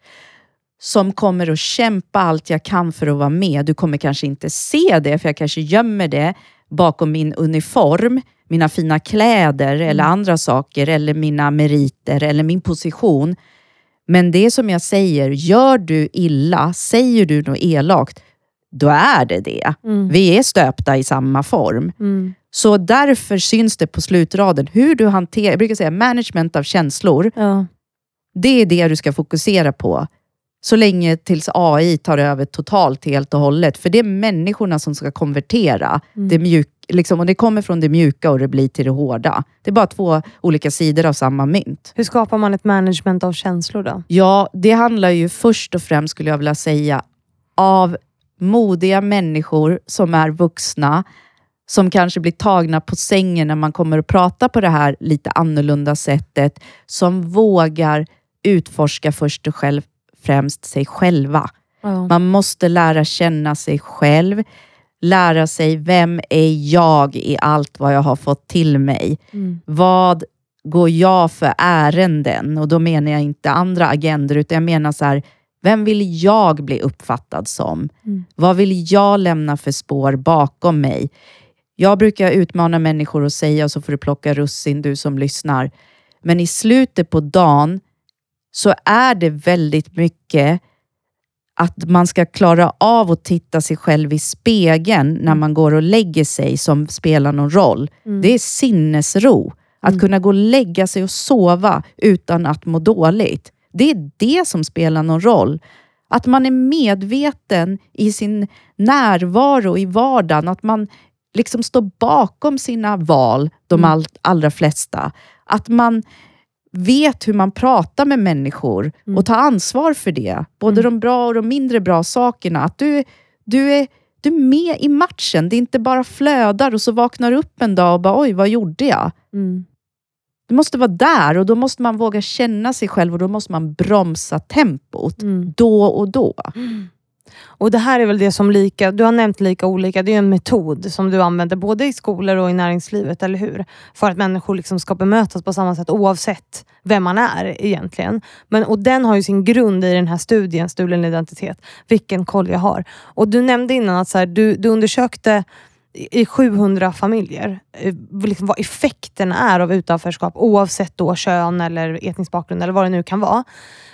som kommer att kämpa allt jag kan för att vara med. Du kommer kanske inte se det, för jag kanske gömmer det bakom min uniform, mina fina kläder eller andra saker, eller mina meriter eller min position. Men det som jag säger, gör du illa, säger du något elakt, då är det det. Mm. Vi är stöpta i samma form. Mm. Så därför syns det på slutraden hur du hanterar, jag brukar säga management av känslor. Ja. Det är det du ska fokusera på. Så länge tills A I tar över totalt helt och hållet. För det är människorna som ska konvertera. Mm. Det mjuk, liksom, och det kommer från det mjuka och det blir till det hårda. Det är bara två olika sidor av samma mynt. Hur skapar man ett management av känslor då? Ja, det handlar ju först och främst, skulle jag vilja säga, av modiga människor som är vuxna. Som kanske blir tagna på sängen när man kommer att prata på det här lite annorlunda sättet. Som vågar utforska först och själv främst sig själva. Mm. Man måste lära känna sig själv. Lära sig, vem är jag i allt vad jag har fått till mig? Mm. Vad går jag för ärenden? Och då menar jag inte andra agender, utan jag menar så här, vem vill jag bli uppfattad som? Mm. Vad vill jag lämna för spår bakom mig? Jag brukar utmana människor och säga, och så får du plocka russin du som lyssnar. Men i slutet på dagen så är det väldigt mycket att man ska klara av att titta sig själv i spegeln när man går och lägger sig som spelar någon roll. Mm. Det är sinnesro. Att mm. kunna gå och lägga sig och sova utan att må dåligt. Det är det som spelar någon roll. Att man är medveten i sin närvaro i vardagen. Att man liksom står bakom sina val, de mm. all, allra flesta. Att man vet hur man pratar med människor mm. och tar ansvar för det. Både mm. de bra och de mindre bra sakerna. Att du, du, är, du är med i matchen. Det är inte bara flödar och så vaknar du upp en dag och bara, oj, vad gjorde jag? Mm. Du måste vara där och då måste man våga känna sig själv och då måste man bromsa tempot mm. då och då. Mm. Och det här är väl det som lika, du har nämnt lika olika, det är en metod som du använder både i skolor och i näringslivet, eller hur? För att människor liksom ska bemötas på samma sätt oavsett vem man är egentligen. Men, och den har ju sin grund i den här studien, stulen identitet, vilken koll jag har. Och du nämnde innan att så här, du, du undersökte i sjuhundra familjer liksom vad effekterna är av utanförskap oavsett då kön eller etnisk bakgrund eller vad det nu kan vara.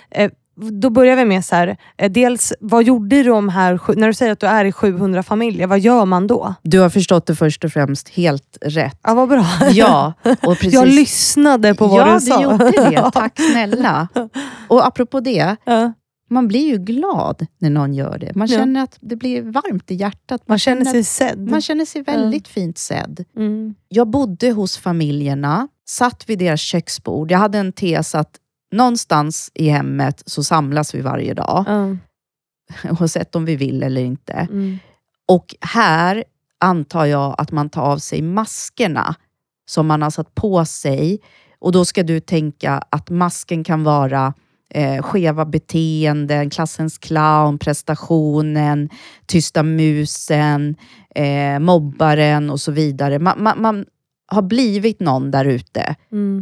Då börjar vi med så här, dels vad gjorde de här, när du säger att du är i sjuhundra familjer, vad gör man då? Du har förstått det först och främst helt rätt. Ja, vad bra. Ja, och precis. Jag lyssnade på vad ja, du sa. Ja, du gjorde det. Tack snälla. Och apropå det, ja. Man blir ju glad när någon gör det. Man känner ja. att det blir varmt i hjärtat. Man, man känner sig att, sedd. Man känner sig väldigt ja. fint sedd. Mm. Jag bodde hos familjerna, satt vid deras köksbord. Jag hade en tes att någonstans i hemmet så samlas vi varje dag. Mm. Oavsett om vi vill eller inte. Mm. Och här antar jag att man tar av sig maskerna som man har satt på sig. Och då ska du tänka att masken kan vara eh, skeva beteenden, klassens clown, prestationen, tysta musen, eh, mobbaren och så vidare. Man, man, man har blivit någon där ute. Mm.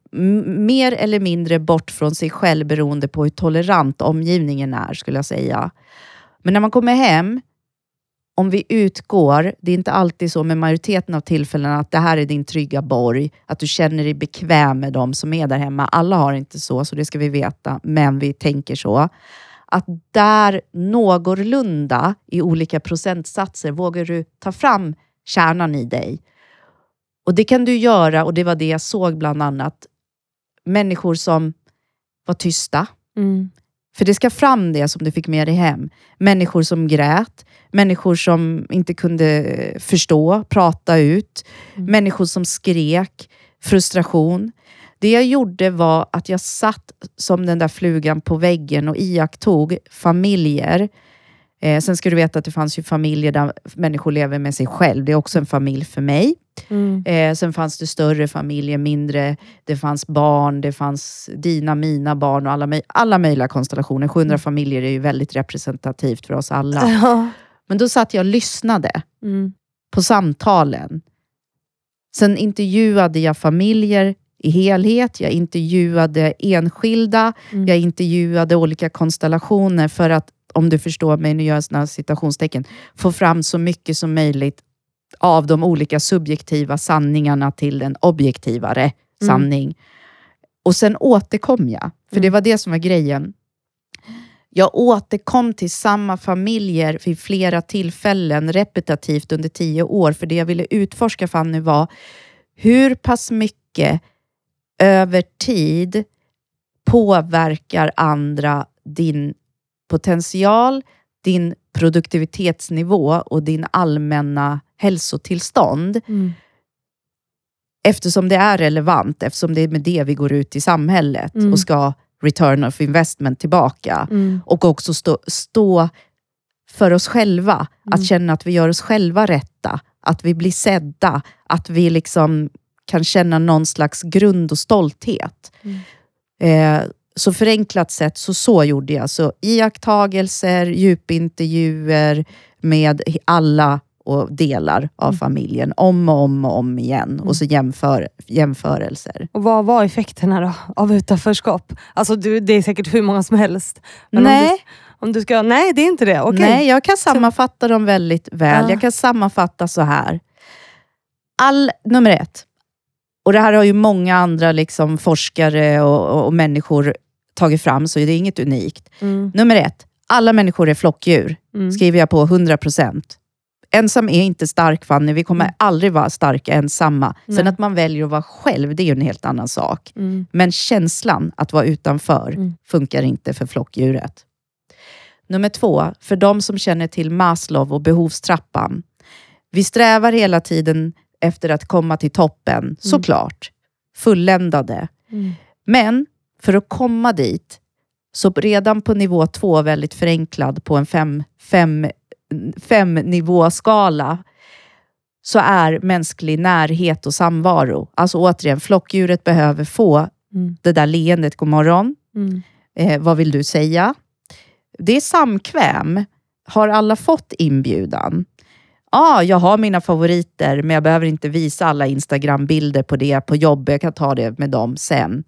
M- mer eller mindre bort från sig själv beroende på hur tolerant omgivningen är, skulle jag säga. Men när man kommer hem, om vi utgår, det är inte alltid så med majoriteten av tillfällena att det här är din trygga borg, att du känner dig bekväm med dem som är där hemma. Alla har inte så, så det ska vi veta, men vi tänker så. Att där någorlunda i olika procentsatser vågar du ta fram kärnan i dig. Och det kan du göra, och det var det jag såg bland annat. Människor som var tysta. Mm. För det ska fram det som du fick med dig hem. Människor som grät. Människor som inte kunde förstå, prata ut. Mm. Människor som skrek. Frustration. Det jag gjorde var att jag satt som den där flugan på väggen och iakttog familjer. Eh, sen ska du veta att det fanns ju familjer där människor lever med sig själv. Det är också en familj för mig. Mm. Eh, sen fanns det större familjer, mindre. Det fanns barn, det fanns dina, mina barn och alla, möj- alla möjliga konstellationer. sjuhundra mm. familjer är ju väldigt representativt för oss alla. Ja. Men då satt jag och lyssnade mm. på samtalen. Sen intervjuade jag familjer i helhet. Jag intervjuade enskilda. Mm. Jag intervjuade olika konstellationer för att, om du förstår mig, nu gör jag såna citationstecken, få fram så mycket som möjligt av de olika subjektiva sanningarna till en objektivare mm. sanning. Och sen återkom jag. För mm. det var det som var grejen. Jag återkom till samma familjer vid flera tillfällen repetitivt under tio år. För det jag ville utforska, Fanny, var hur pass mycket över tid påverkar andra din potential, din produktivitetsnivå och din allmänna hälsotillstånd. Mm. Eftersom det är relevant, eftersom det är med det vi går ut i samhället Mm. och ska return of investment tillbaka. Mm. Och också stå, stå för oss själva. Mm. Att känna att vi gör oss själva rätta. Att vi blir sedda. Att vi liksom kan känna någon slags grund och stolthet. Mm. Eh, så förenklat sett så så gjorde jag. Så iakttagelser, djupintervjuer med alla och delar av Mm. familjen. Om och om och om igen. Mm. Och så jämför, jämförelser. Och vad var effekterna då av utanförskap? Alltså du, det är säkert hur många som helst. Men Nej. Om du, om du ska, nej, det är inte det. Okej. Nej, jag kan sammanfatta dem väldigt väl. Ja. Jag kan sammanfatta så här. All, nummer ett. Och det här har ju många andra liksom forskare och, och, och människor tagit fram, så det är inget unikt. Mm. Nummer ett. Alla människor är flockdjur. Mm. Skriver jag på hundra procent. Ensam är inte stark, Fanny. Vi kommer Mm. aldrig vara starka ensamma. Sen Nej. att man väljer att vara själv, det är ju en helt annan sak. Mm. Men känslan att vara utanför Mm. funkar inte för flockdjuret. Nummer två, för de som känner till Maslow och behovstrappan. Vi strävar hela tiden efter att komma till toppen, såklart. Fulländade. Mm. Men för att komma dit, så redan på nivå två, väldigt förenklad på en fem, fem, fem nivåskala, så är mänsklig närhet och samvaro. Alltså återigen, flockdjuret behöver få Mm. det där leendet, god morgon. Mm. Eh, vad vill du säga? Det är samkväm. Har alla fått inbjudan? Ja, ah, jag har mina favoriter, men jag behöver inte visa alla Instagram-bilder på det på jobbet. Jag kan ta det med dem sen.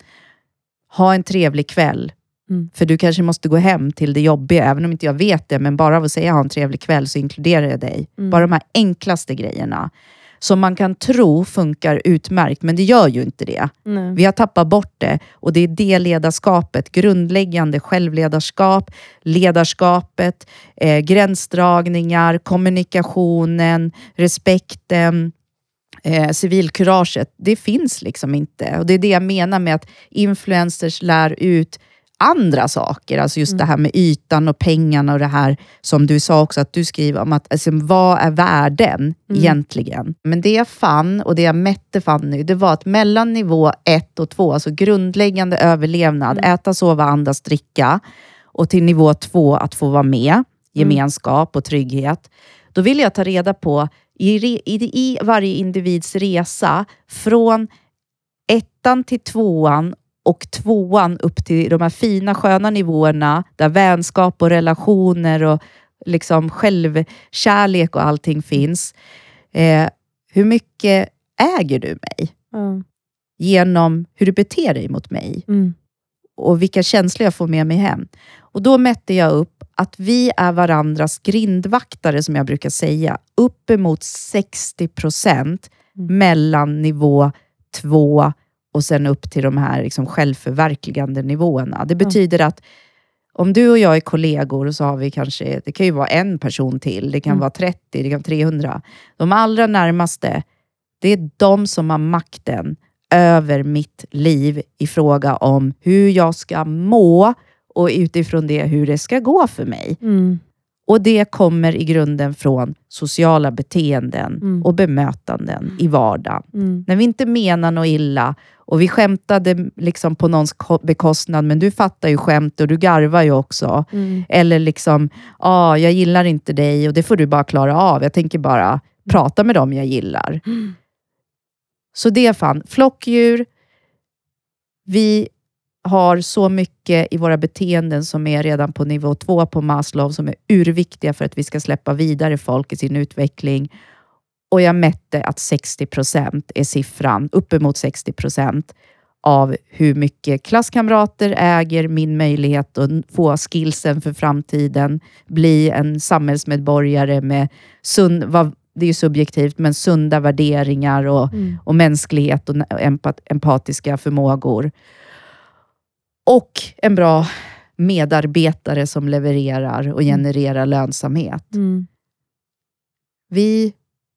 Ha en trevlig kväll. Mm. För du kanske måste gå hem till det jobbiga, även om inte jag vet det. Men bara av att säga ha en trevlig kväll så inkluderar jag dig. Mm. Bara de här enklaste grejerna. Som man kan tro funkar utmärkt, men det gör ju inte det. Nej. Vi har tappat bort det, och det är det ledarskapet, grundläggande självledarskap, ledarskapet, eh, gränsdragningar, kommunikationen, respekten, eh, civilkuraget. Det finns liksom inte, och det är det jag menar med att influencers lär ut andra saker, alltså just Mm. det här med ytan och pengarna och det här som du sa också att du skriver om att alltså, vad är värden Mm. egentligen? Men det jag fann och det jag mätte fann nu, det var att mellan nivå ett och två, alltså grundläggande överlevnad, Mm. äta, sova, andas, dricka, och till nivå två att få vara med, gemenskap och trygghet. Då vill jag ta reda på i, re, i, i varje individs resa från ettan till tvåan och tvåan upp till de här fina sköna nivåerna där vänskap och relationer och liksom självkärlek och allting finns. Eh, hur mycket äger du mig? Mm. Genom hur du beter dig mot mig. Mm. Och vilka känslor jag får med mig hem. Och då mätte jag upp att vi är varandras grindvaktare, som jag brukar säga. Uppemot sextio procent Mm. mellan nivå två och sen upp till de här liksom självförverkligande nivåerna. Det betyder att om du och jag är kollegor, så har vi kanske, det kan ju vara en person till, det kan Mm. vara trettio, det kan vara trehundra. De allra närmaste, det är de som har makten över mitt liv i fråga om hur jag ska må och utifrån det hur det ska gå för mig. Mm. Och det kommer i grunden från sociala beteenden Mm. och bemötanden i vardagen. Mm. När vi inte menar något illa och vi skämtade liksom på någons ko- bekostnad, men du fattar ju skämt och du garvar ju också. Mm. Eller liksom, ja, ah, jag gillar inte dig och det får du bara klara av. Jag tänker bara prata med dem jag gillar. Mm. Så det fann flockdjur. Vi har så mycket i våra beteenden som är redan på nivå två på Maslow, som är urviktiga för att vi ska släppa vidare folk i sin utveckling. Och jag mätte att sextio procent är siffran, uppemot sextio procent av hur mycket klasskamrater äger min möjlighet att få skillsen för framtiden, bli en samhällsmedborgare med sund, vad, det är ju subjektivt, men sunda värderingar och, Mm. och mänsklighet och empat, empatiska förmågor. Och en bra medarbetare som levererar och genererar lönsamhet. Mm. Vi,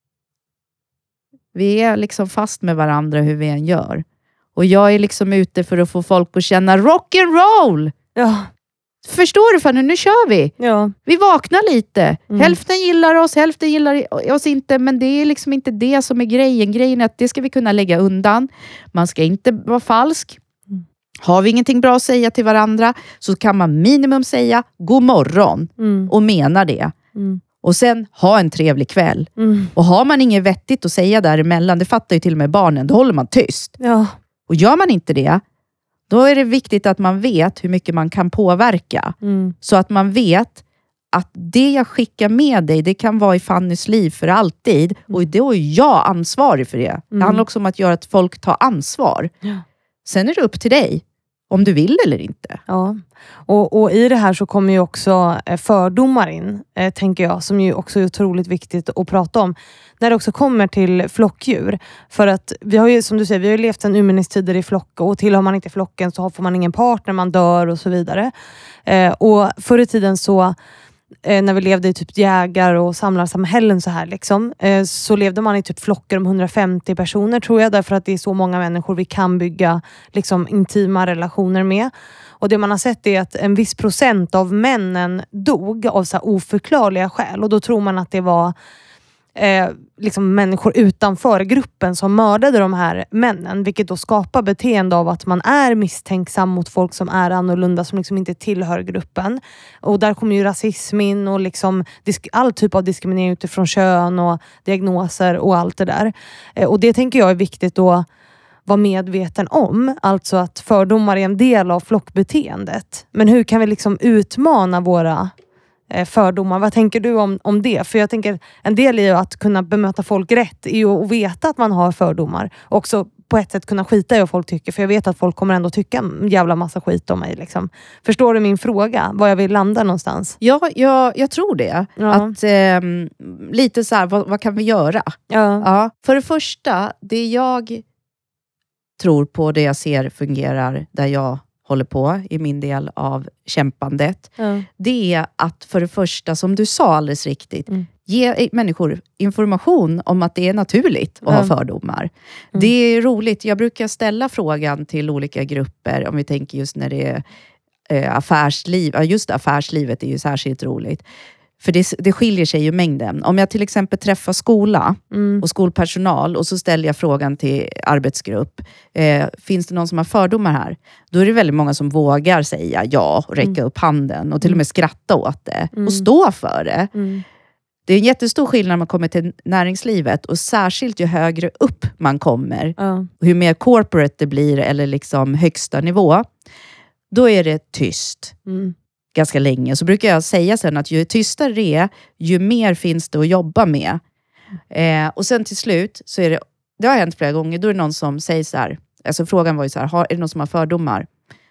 vi är liksom fast med varandra hur vi än gör. Och jag är liksom ute för att få folk att känna rock'n'roll. Ja. Förstår du Fanny, nu kör vi. Ja. Vi vaknar lite. Mm. Hälften gillar oss, hälften gillar oss inte. Men det är liksom inte det som är grejen. Grejen är att det ska vi kunna lägga undan. Man ska inte vara falsk. Mm. Har vi ingenting bra att säga till varandra så kan man minimum säga god morgon. Mm. Och mena det. Mm. Och sen ha en trevlig kväll. Mm. Och har man inget vettigt att säga däremellan, det fattar ju till och med barnen, då håller man tyst. Ja. Och gör man inte det, då är det viktigt att man vet hur mycket man kan påverka. Mm. Så att man vet att det jag skickar med dig, det kan vara i Fannys liv för alltid. Mm. Och då är jag ansvarig för det. Mm. Det handlar också om att göra att folk tar ansvar. Ja. Sen är det upp till dig, om du vill eller inte. Ja, och, och i det här så kommer ju också fördomar in, eh, tänker jag, som ju också är otroligt viktigt att prata om. När det också kommer till flockdjur. För att vi har ju, som du säger, vi har ju levt en urminnes-tider i flock, och tillhör man inte flocken så får man ingen partner, man dör och så vidare. Eh, och förr i tiden så, eh, när vi levde i typ jägar- och samlarsamhällen så här liksom, eh, så levde man i typ flockar om hundrafemtio personer tror jag, därför att det är så många människor vi kan bygga liksom intima relationer med. Och det man har sett är att en viss procent av männen dog av så här oförklarliga skäl, och då tror man att det var Eh, liksom människor utanför gruppen som mördade de här männen, vilket då skapar beteende av att man är misstänksam mot folk som är annorlunda, som liksom inte tillhör gruppen. Och där kommer ju rasism in och liksom disk- all typ av diskriminering utifrån kön och diagnoser och allt det där. Eh, och det tänker jag är viktigt att vara medveten om, alltså att fördomar är en del av flockbeteendet. Men hur kan vi liksom utmana våra fördomar? Vad tänker du om, om det? För jag tänker, en del i att kunna bemöta folk rätt är ju att veta att man har fördomar. Också på ett sätt kunna skita i vad folk tycker. För jag vet att folk kommer ändå tycka en jävla massa skit om mig. Liksom. Förstår du min fråga? Var jag vill landa någonstans? Ja, jag, jag tror det. Ja. Att eh, lite så här, vad, vad kan vi göra? Ja. Ja, för det första, det jag tror på, det jag ser fungerar där jag håller på i min del av kämpandet. Ja. Det är att för det första, som du sa alldeles riktigt, Mm. ge människor information om att det är naturligt att Ja. ha fördomar. Mm. Det är roligt. Jag brukar ställa frågan till olika grupper, om vi tänker just när det är eh, affärsliv. Ja, just affärslivet är ju särskilt roligt. För det, det skiljer sig ju mängden. Om jag till exempel träffar skola Mm. och skolpersonal och så ställer jag frågan till arbetsgrupp. Eh, finns det någon som har fördomar här? Då är det väldigt många som vågar säga ja och räcka Mm. upp handen och till och med skratta åt det. Mm. Och stå för det. Mm. Det är en jättestor skillnad när man kommer till näringslivet, och särskilt ju högre upp man kommer, Ja. hur mer corporate det blir eller liksom högsta nivå, då är det tyst. Mm. Ganska länge. Så brukar jag säga sen att ju tystare det är, ju mer finns det att jobba med. Eh, och sen till slut så är det, det har hänt flera gånger, då är det någon som säger så här, alltså frågan var ju så här, har, är det någon som har fördomar?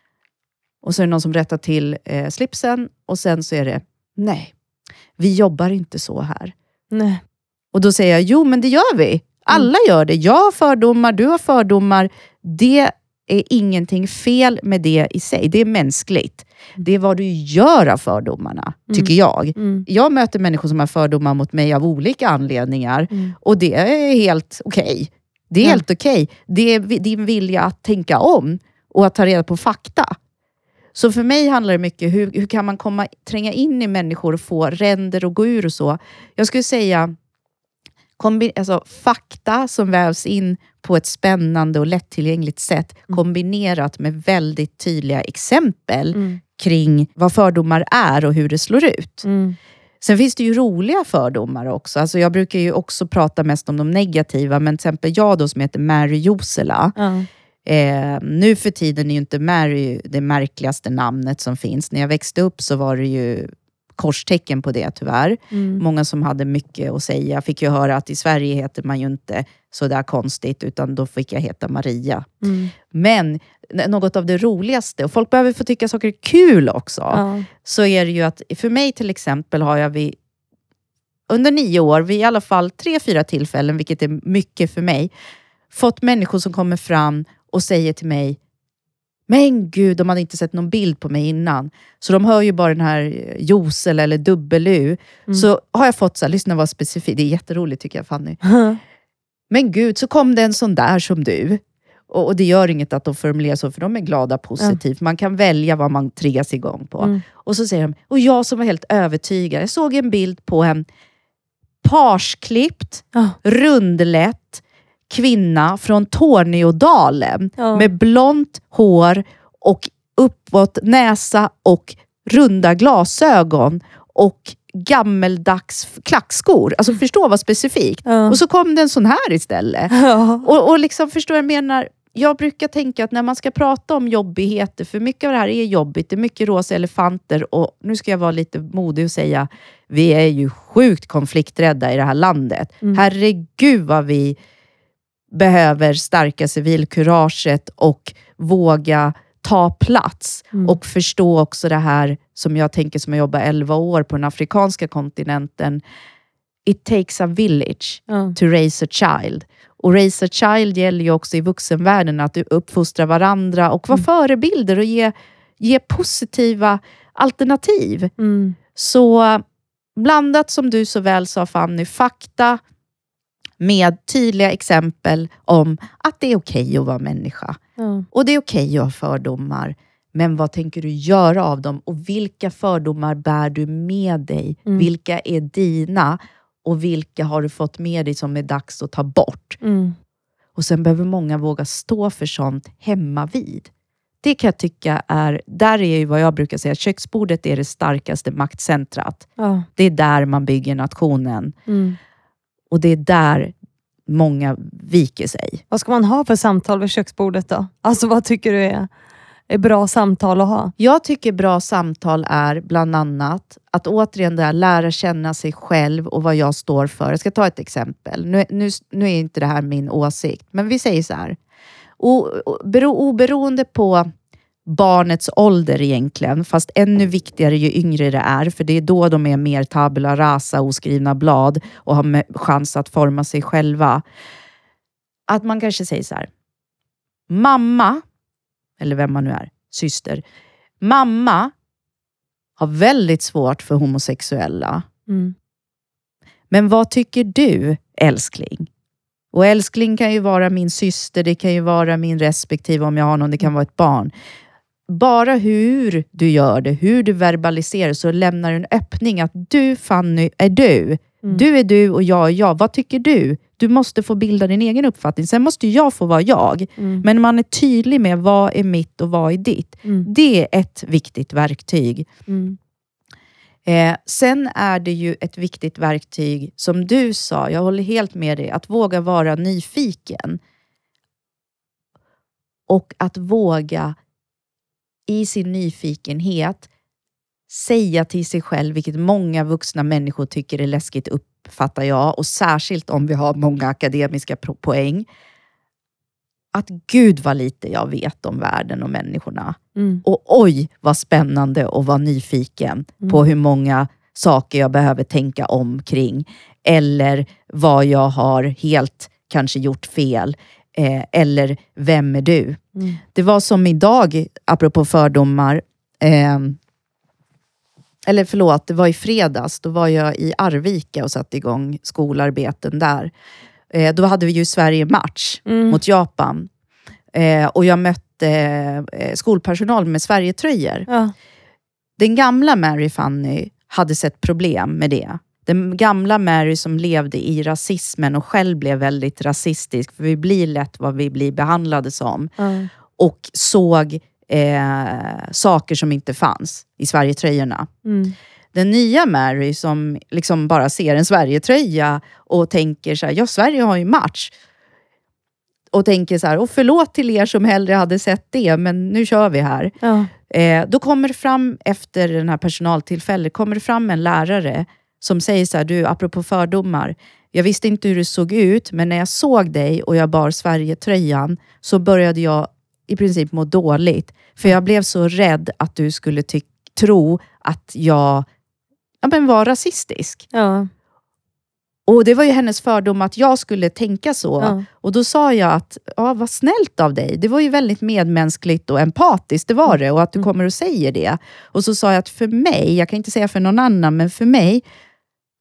Och så är det någon som rättar till eh, slipsen, och sen så är det, nej, vi jobbar inte så här. Nej. Och då säger jag, jo men det gör vi. Alla gör det. Jag har fördomar, du har fördomar. Det är ingenting fel med det i sig. Det är mänskligt. Det är vad du gör av fördomarna, tycker jag. Mm. Jag möter människor som har fördomar mot mig av olika anledningar. Mm. Och det är helt okej. Det är Ja. helt okej. Det är vi- din vilja att tänka om och att ta reda på fakta. Så för mig handlar det mycket, hur, hur kan man komma, tränga in i människor och få ränder och gå ur och så. Jag skulle säga kombi- alltså, fakta som vävs in på ett spännande och lättillgängligt sätt, Mm. kombinerat med väldigt tydliga exempel Mm. kring vad fördomar är och hur det slår ut. Mm. Sen finns det ju roliga fördomar också. Alltså jag brukar ju också prata mest om de negativa, men till exempel jag då som heter Mary Josela. Ja. Eh, nu för tiden är ju inte Mary det märkligaste namnet som finns. När jag växte upp så var det ju korstecken på det tyvärr. Mm. Många som hade mycket att säga. Fick ju höra att i Sverige heter man ju inte så där konstigt, utan då fick jag heta Maria. Mm. Men något av det roligaste, och folk behöver få tycka saker är kul också, Ja. så är det ju att för mig till exempel har jag vid, under nio år, vid i alla fall tre, fyra tillfällen, vilket är mycket för mig, fått människor som kommer fram och säger till mig, men gud, de hade inte sett någon bild på mig innan. Så de hör ju bara den här Josel eller dubbel-U. Mm. Så har jag fått så här, lyssna vad specifikt. Det är jätteroligt tycker jag, Fanny. Men gud, så kom det en sån där som du. Och, och det gör inget att de formulerar så, för de är glada positivt. Ja. Man kan välja vad man triggas igång på. Mm. Och så säger de, och jag som var helt övertygad. Jag såg en bild på en parsklippt, ja. rundlätt kvinna från Torneådalen. Ja. Med blont hår och uppåt näsa och runda glasögon. Och gammeldags klackskor. Alltså förstå vad specifikt. Ja. Och så kom det en sån här istället. Ja. Och, och liksom förstår jag menar... Jag brukar tänka att när man ska prata om jobbigheter, för mycket av det här är jobbigt, det är mycket rosa elefanter, och nu ska jag vara lite modig och säga, vi är ju sjukt konflikträdda i det här landet. Mm. Herregud vad vi behöver stärka civilkuraget och våga ta plats. Mm. Och förstå också det här som jag tänker som jag jobbar elva år på den afrikanska kontinenten. It takes a village mm. to raise a child. Och raise a child gäller ju också i vuxenvärlden, att uppfostra varandra och vara mm. förebilder och ge, ge positiva alternativ. Mm. Så blandat, som du så väl sa Fanny, fakta med tydliga exempel om att det är okej att vara människa. Mm. Och det är okej att ha fördomar. Men vad tänker du göra av dem? Och vilka fördomar bär du med dig? Mm. Vilka är dina? Och vilka har du fått med dig som är dags att ta bort? Mm. Och sen behöver många våga stå för sånt hemma vid. Det kan jag tycka är, där är ju vad jag brukar säga, köksbordet är det starkaste maktcentrat. Ja. Det är där man bygger nationen. Mm. Och det är där många viker sig. Vad ska man ha för samtal vid köksbordet då? Alltså vad tycker du är, är bra samtal att ha? Jag tycker bra samtal är bland annat att återigen där lära känna sig själv och vad jag står för. Jag ska ta ett exempel. Nu, nu, nu är inte det här min åsikt. Men vi säger så här. O, bero, oberoende på barnets ålder egentligen. Fast ännu viktigare ju yngre det är. För det är då de är mer tabula rasa, oskrivna blad. Och har chans att forma sig själva. Att man kanske säger så här. Mamma, eller vem man nu är, syster. Mamma har väldigt svårt för homosexuella. Mm. Men vad tycker du, älskling? Och älskling kan ju vara min syster, det kan ju vara min respektive om jag har någon, det kan vara ett barn. Bara hur du gör det, hur du verbaliserar, så lämnar en öppning att du, Fanny, är du. Mm. Du är du och jag är jag. Vad tycker du? Du måste få bilda din egen uppfattning. Sen måste jag få vara jag. Mm. Men man är tydlig med vad är mitt och vad är ditt. Mm. Det är ett viktigt verktyg. Mm. Eh, sen är det ju ett viktigt verktyg som du sa. Jag håller helt med dig. Att våga vara nyfiken. Och att våga i sin nyfikenhet säga till sig själv, vilket många vuxna människor tycker är läskigt, uppfattar jag. Och särskilt om vi har många akademiska poäng. Att gud vad lite jag vet om världen och människorna. Mm. Och oj vad spännande att vara nyfiken mm. på hur många saker jag behöver tänka om kring. Eller vad jag har helt kanske gjort fel. Eh, eller vem är du? Mm. Det var som idag, apropå fördomar. Eh, eller förlåt, det var i fredags. Då var jag i Arvika och satte igång skolarbeten där. Eh, då hade vi ju Sverige match mm. mot Japan. Eh, och jag mötte eh, skolpersonal med Sverigetröjor. Ja. Den gamla Mary Fanny hade sett problem med det. Den gamla Mary som levde i rasismen och själv blev väldigt rasistisk. För vi blir lätt vad vi blir behandlade som. Mm. Och såg eh, saker som inte fanns i Sverigetröjorna. Mm. Den nya Mary som liksom bara ser en Sverigetröja och tänker så här, ja, Sverige har ju match. Och tänker så här, och förlåt till er som hellre hade sett det, men nu kör vi här. Ja. Eh, då kommer det fram efter den här personaltillfället, kommer det fram en lärare som säger så här, du, apropå fördomar, jag visste inte hur det såg ut, men när jag såg dig och jag bar Sverigetröjan så började jag i princip må dåligt. För jag blev så rädd att du skulle ty- tro att jag ja, men var rasistisk. Ja. Och det var ju hennes fördom att jag skulle tänka så. Ja. Och då sa jag att, ja, vad snällt av dig. Det var ju väldigt medmänskligt och empatiskt, det var det. Och att du kommer och säger det. Och så sa jag att för mig, jag kan inte säga för någon annan, men för mig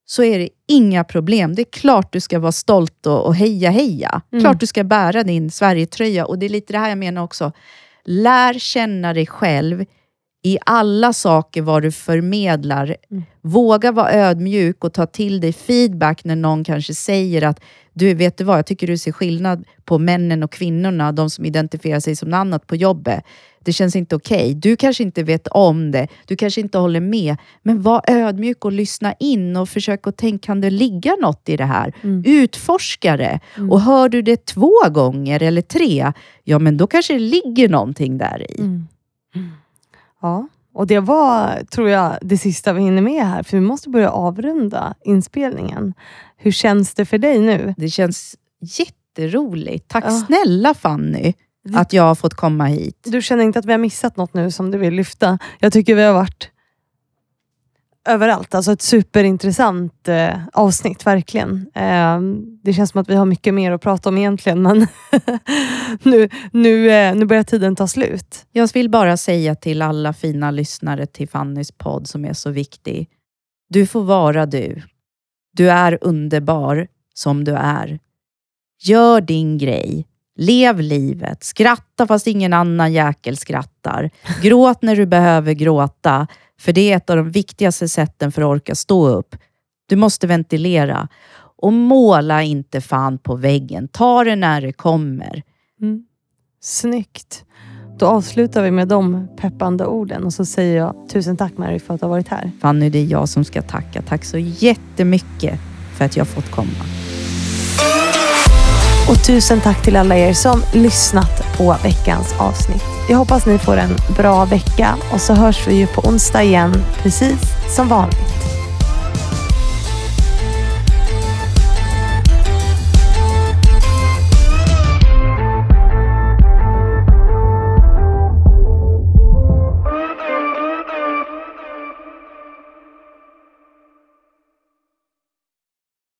så är det inga problem. Det är klart du ska vara stolt och, och heja heja. Mm. Klart du ska bära din Sverigetröja. Och det är lite det här jag menar också. Lär känna dig själv i alla saker vad du förmedlar. Mm. Våga vara ödmjuk och ta till dig feedback när någon kanske säger att du, vet du vad, jag tycker du ser skillnad på männen och kvinnorna, de som identifierar sig som något annat på jobbet. Det känns inte okej. Okay. Du kanske inte vet om det. Du kanske inte håller med. Men var ödmjuk och lyssna in och försök att tänka, kan det ligga något i det här? Mm. Utforska det. Mm. Och hör du det två gånger eller tre, ja men då kanske det ligger någonting där i. Mm. Mm. Ja, och det var, tror jag, det sista vi hinner med här. För vi måste börja avrunda inspelningen. Hur känns det för dig nu? Det känns jätteroligt. Tack ja. snälla Fanny att jag har fått komma hit. Du känner inte att vi har missat något nu som du vill lyfta? Jag tycker vi har varit överallt. Alltså ett superintressant eh, avsnitt, verkligen. Eh, det känns som att vi har mycket mer att prata om egentligen. Men nu, nu, eh, nu börjar tiden ta slut. Jag vill bara säga till alla fina lyssnare till Fannys podd som är så viktig. Du får vara du. Du är underbar som du är. Gör din grej. Lev livet. Skratta fast ingen annan jäkel skrattar. Gråt när du behöver gråta. För det är ett av de viktigaste sätten för att orka stå upp. Du måste ventilera. Och måla inte fan på väggen. Ta det när det kommer. Mm. Snyggt. Då avslutar vi med de peppande orden. Och så säger jag tusen tack Mary för att du har varit här. Fanny, det är jag som ska tacka. Tack så jättemycket för att jag har fått komma. Och tusen tack till alla er som lyssnat på veckans avsnitt. Jag hoppas ni får en bra vecka och så hörs vi ju på onsdag igen, precis som vanligt.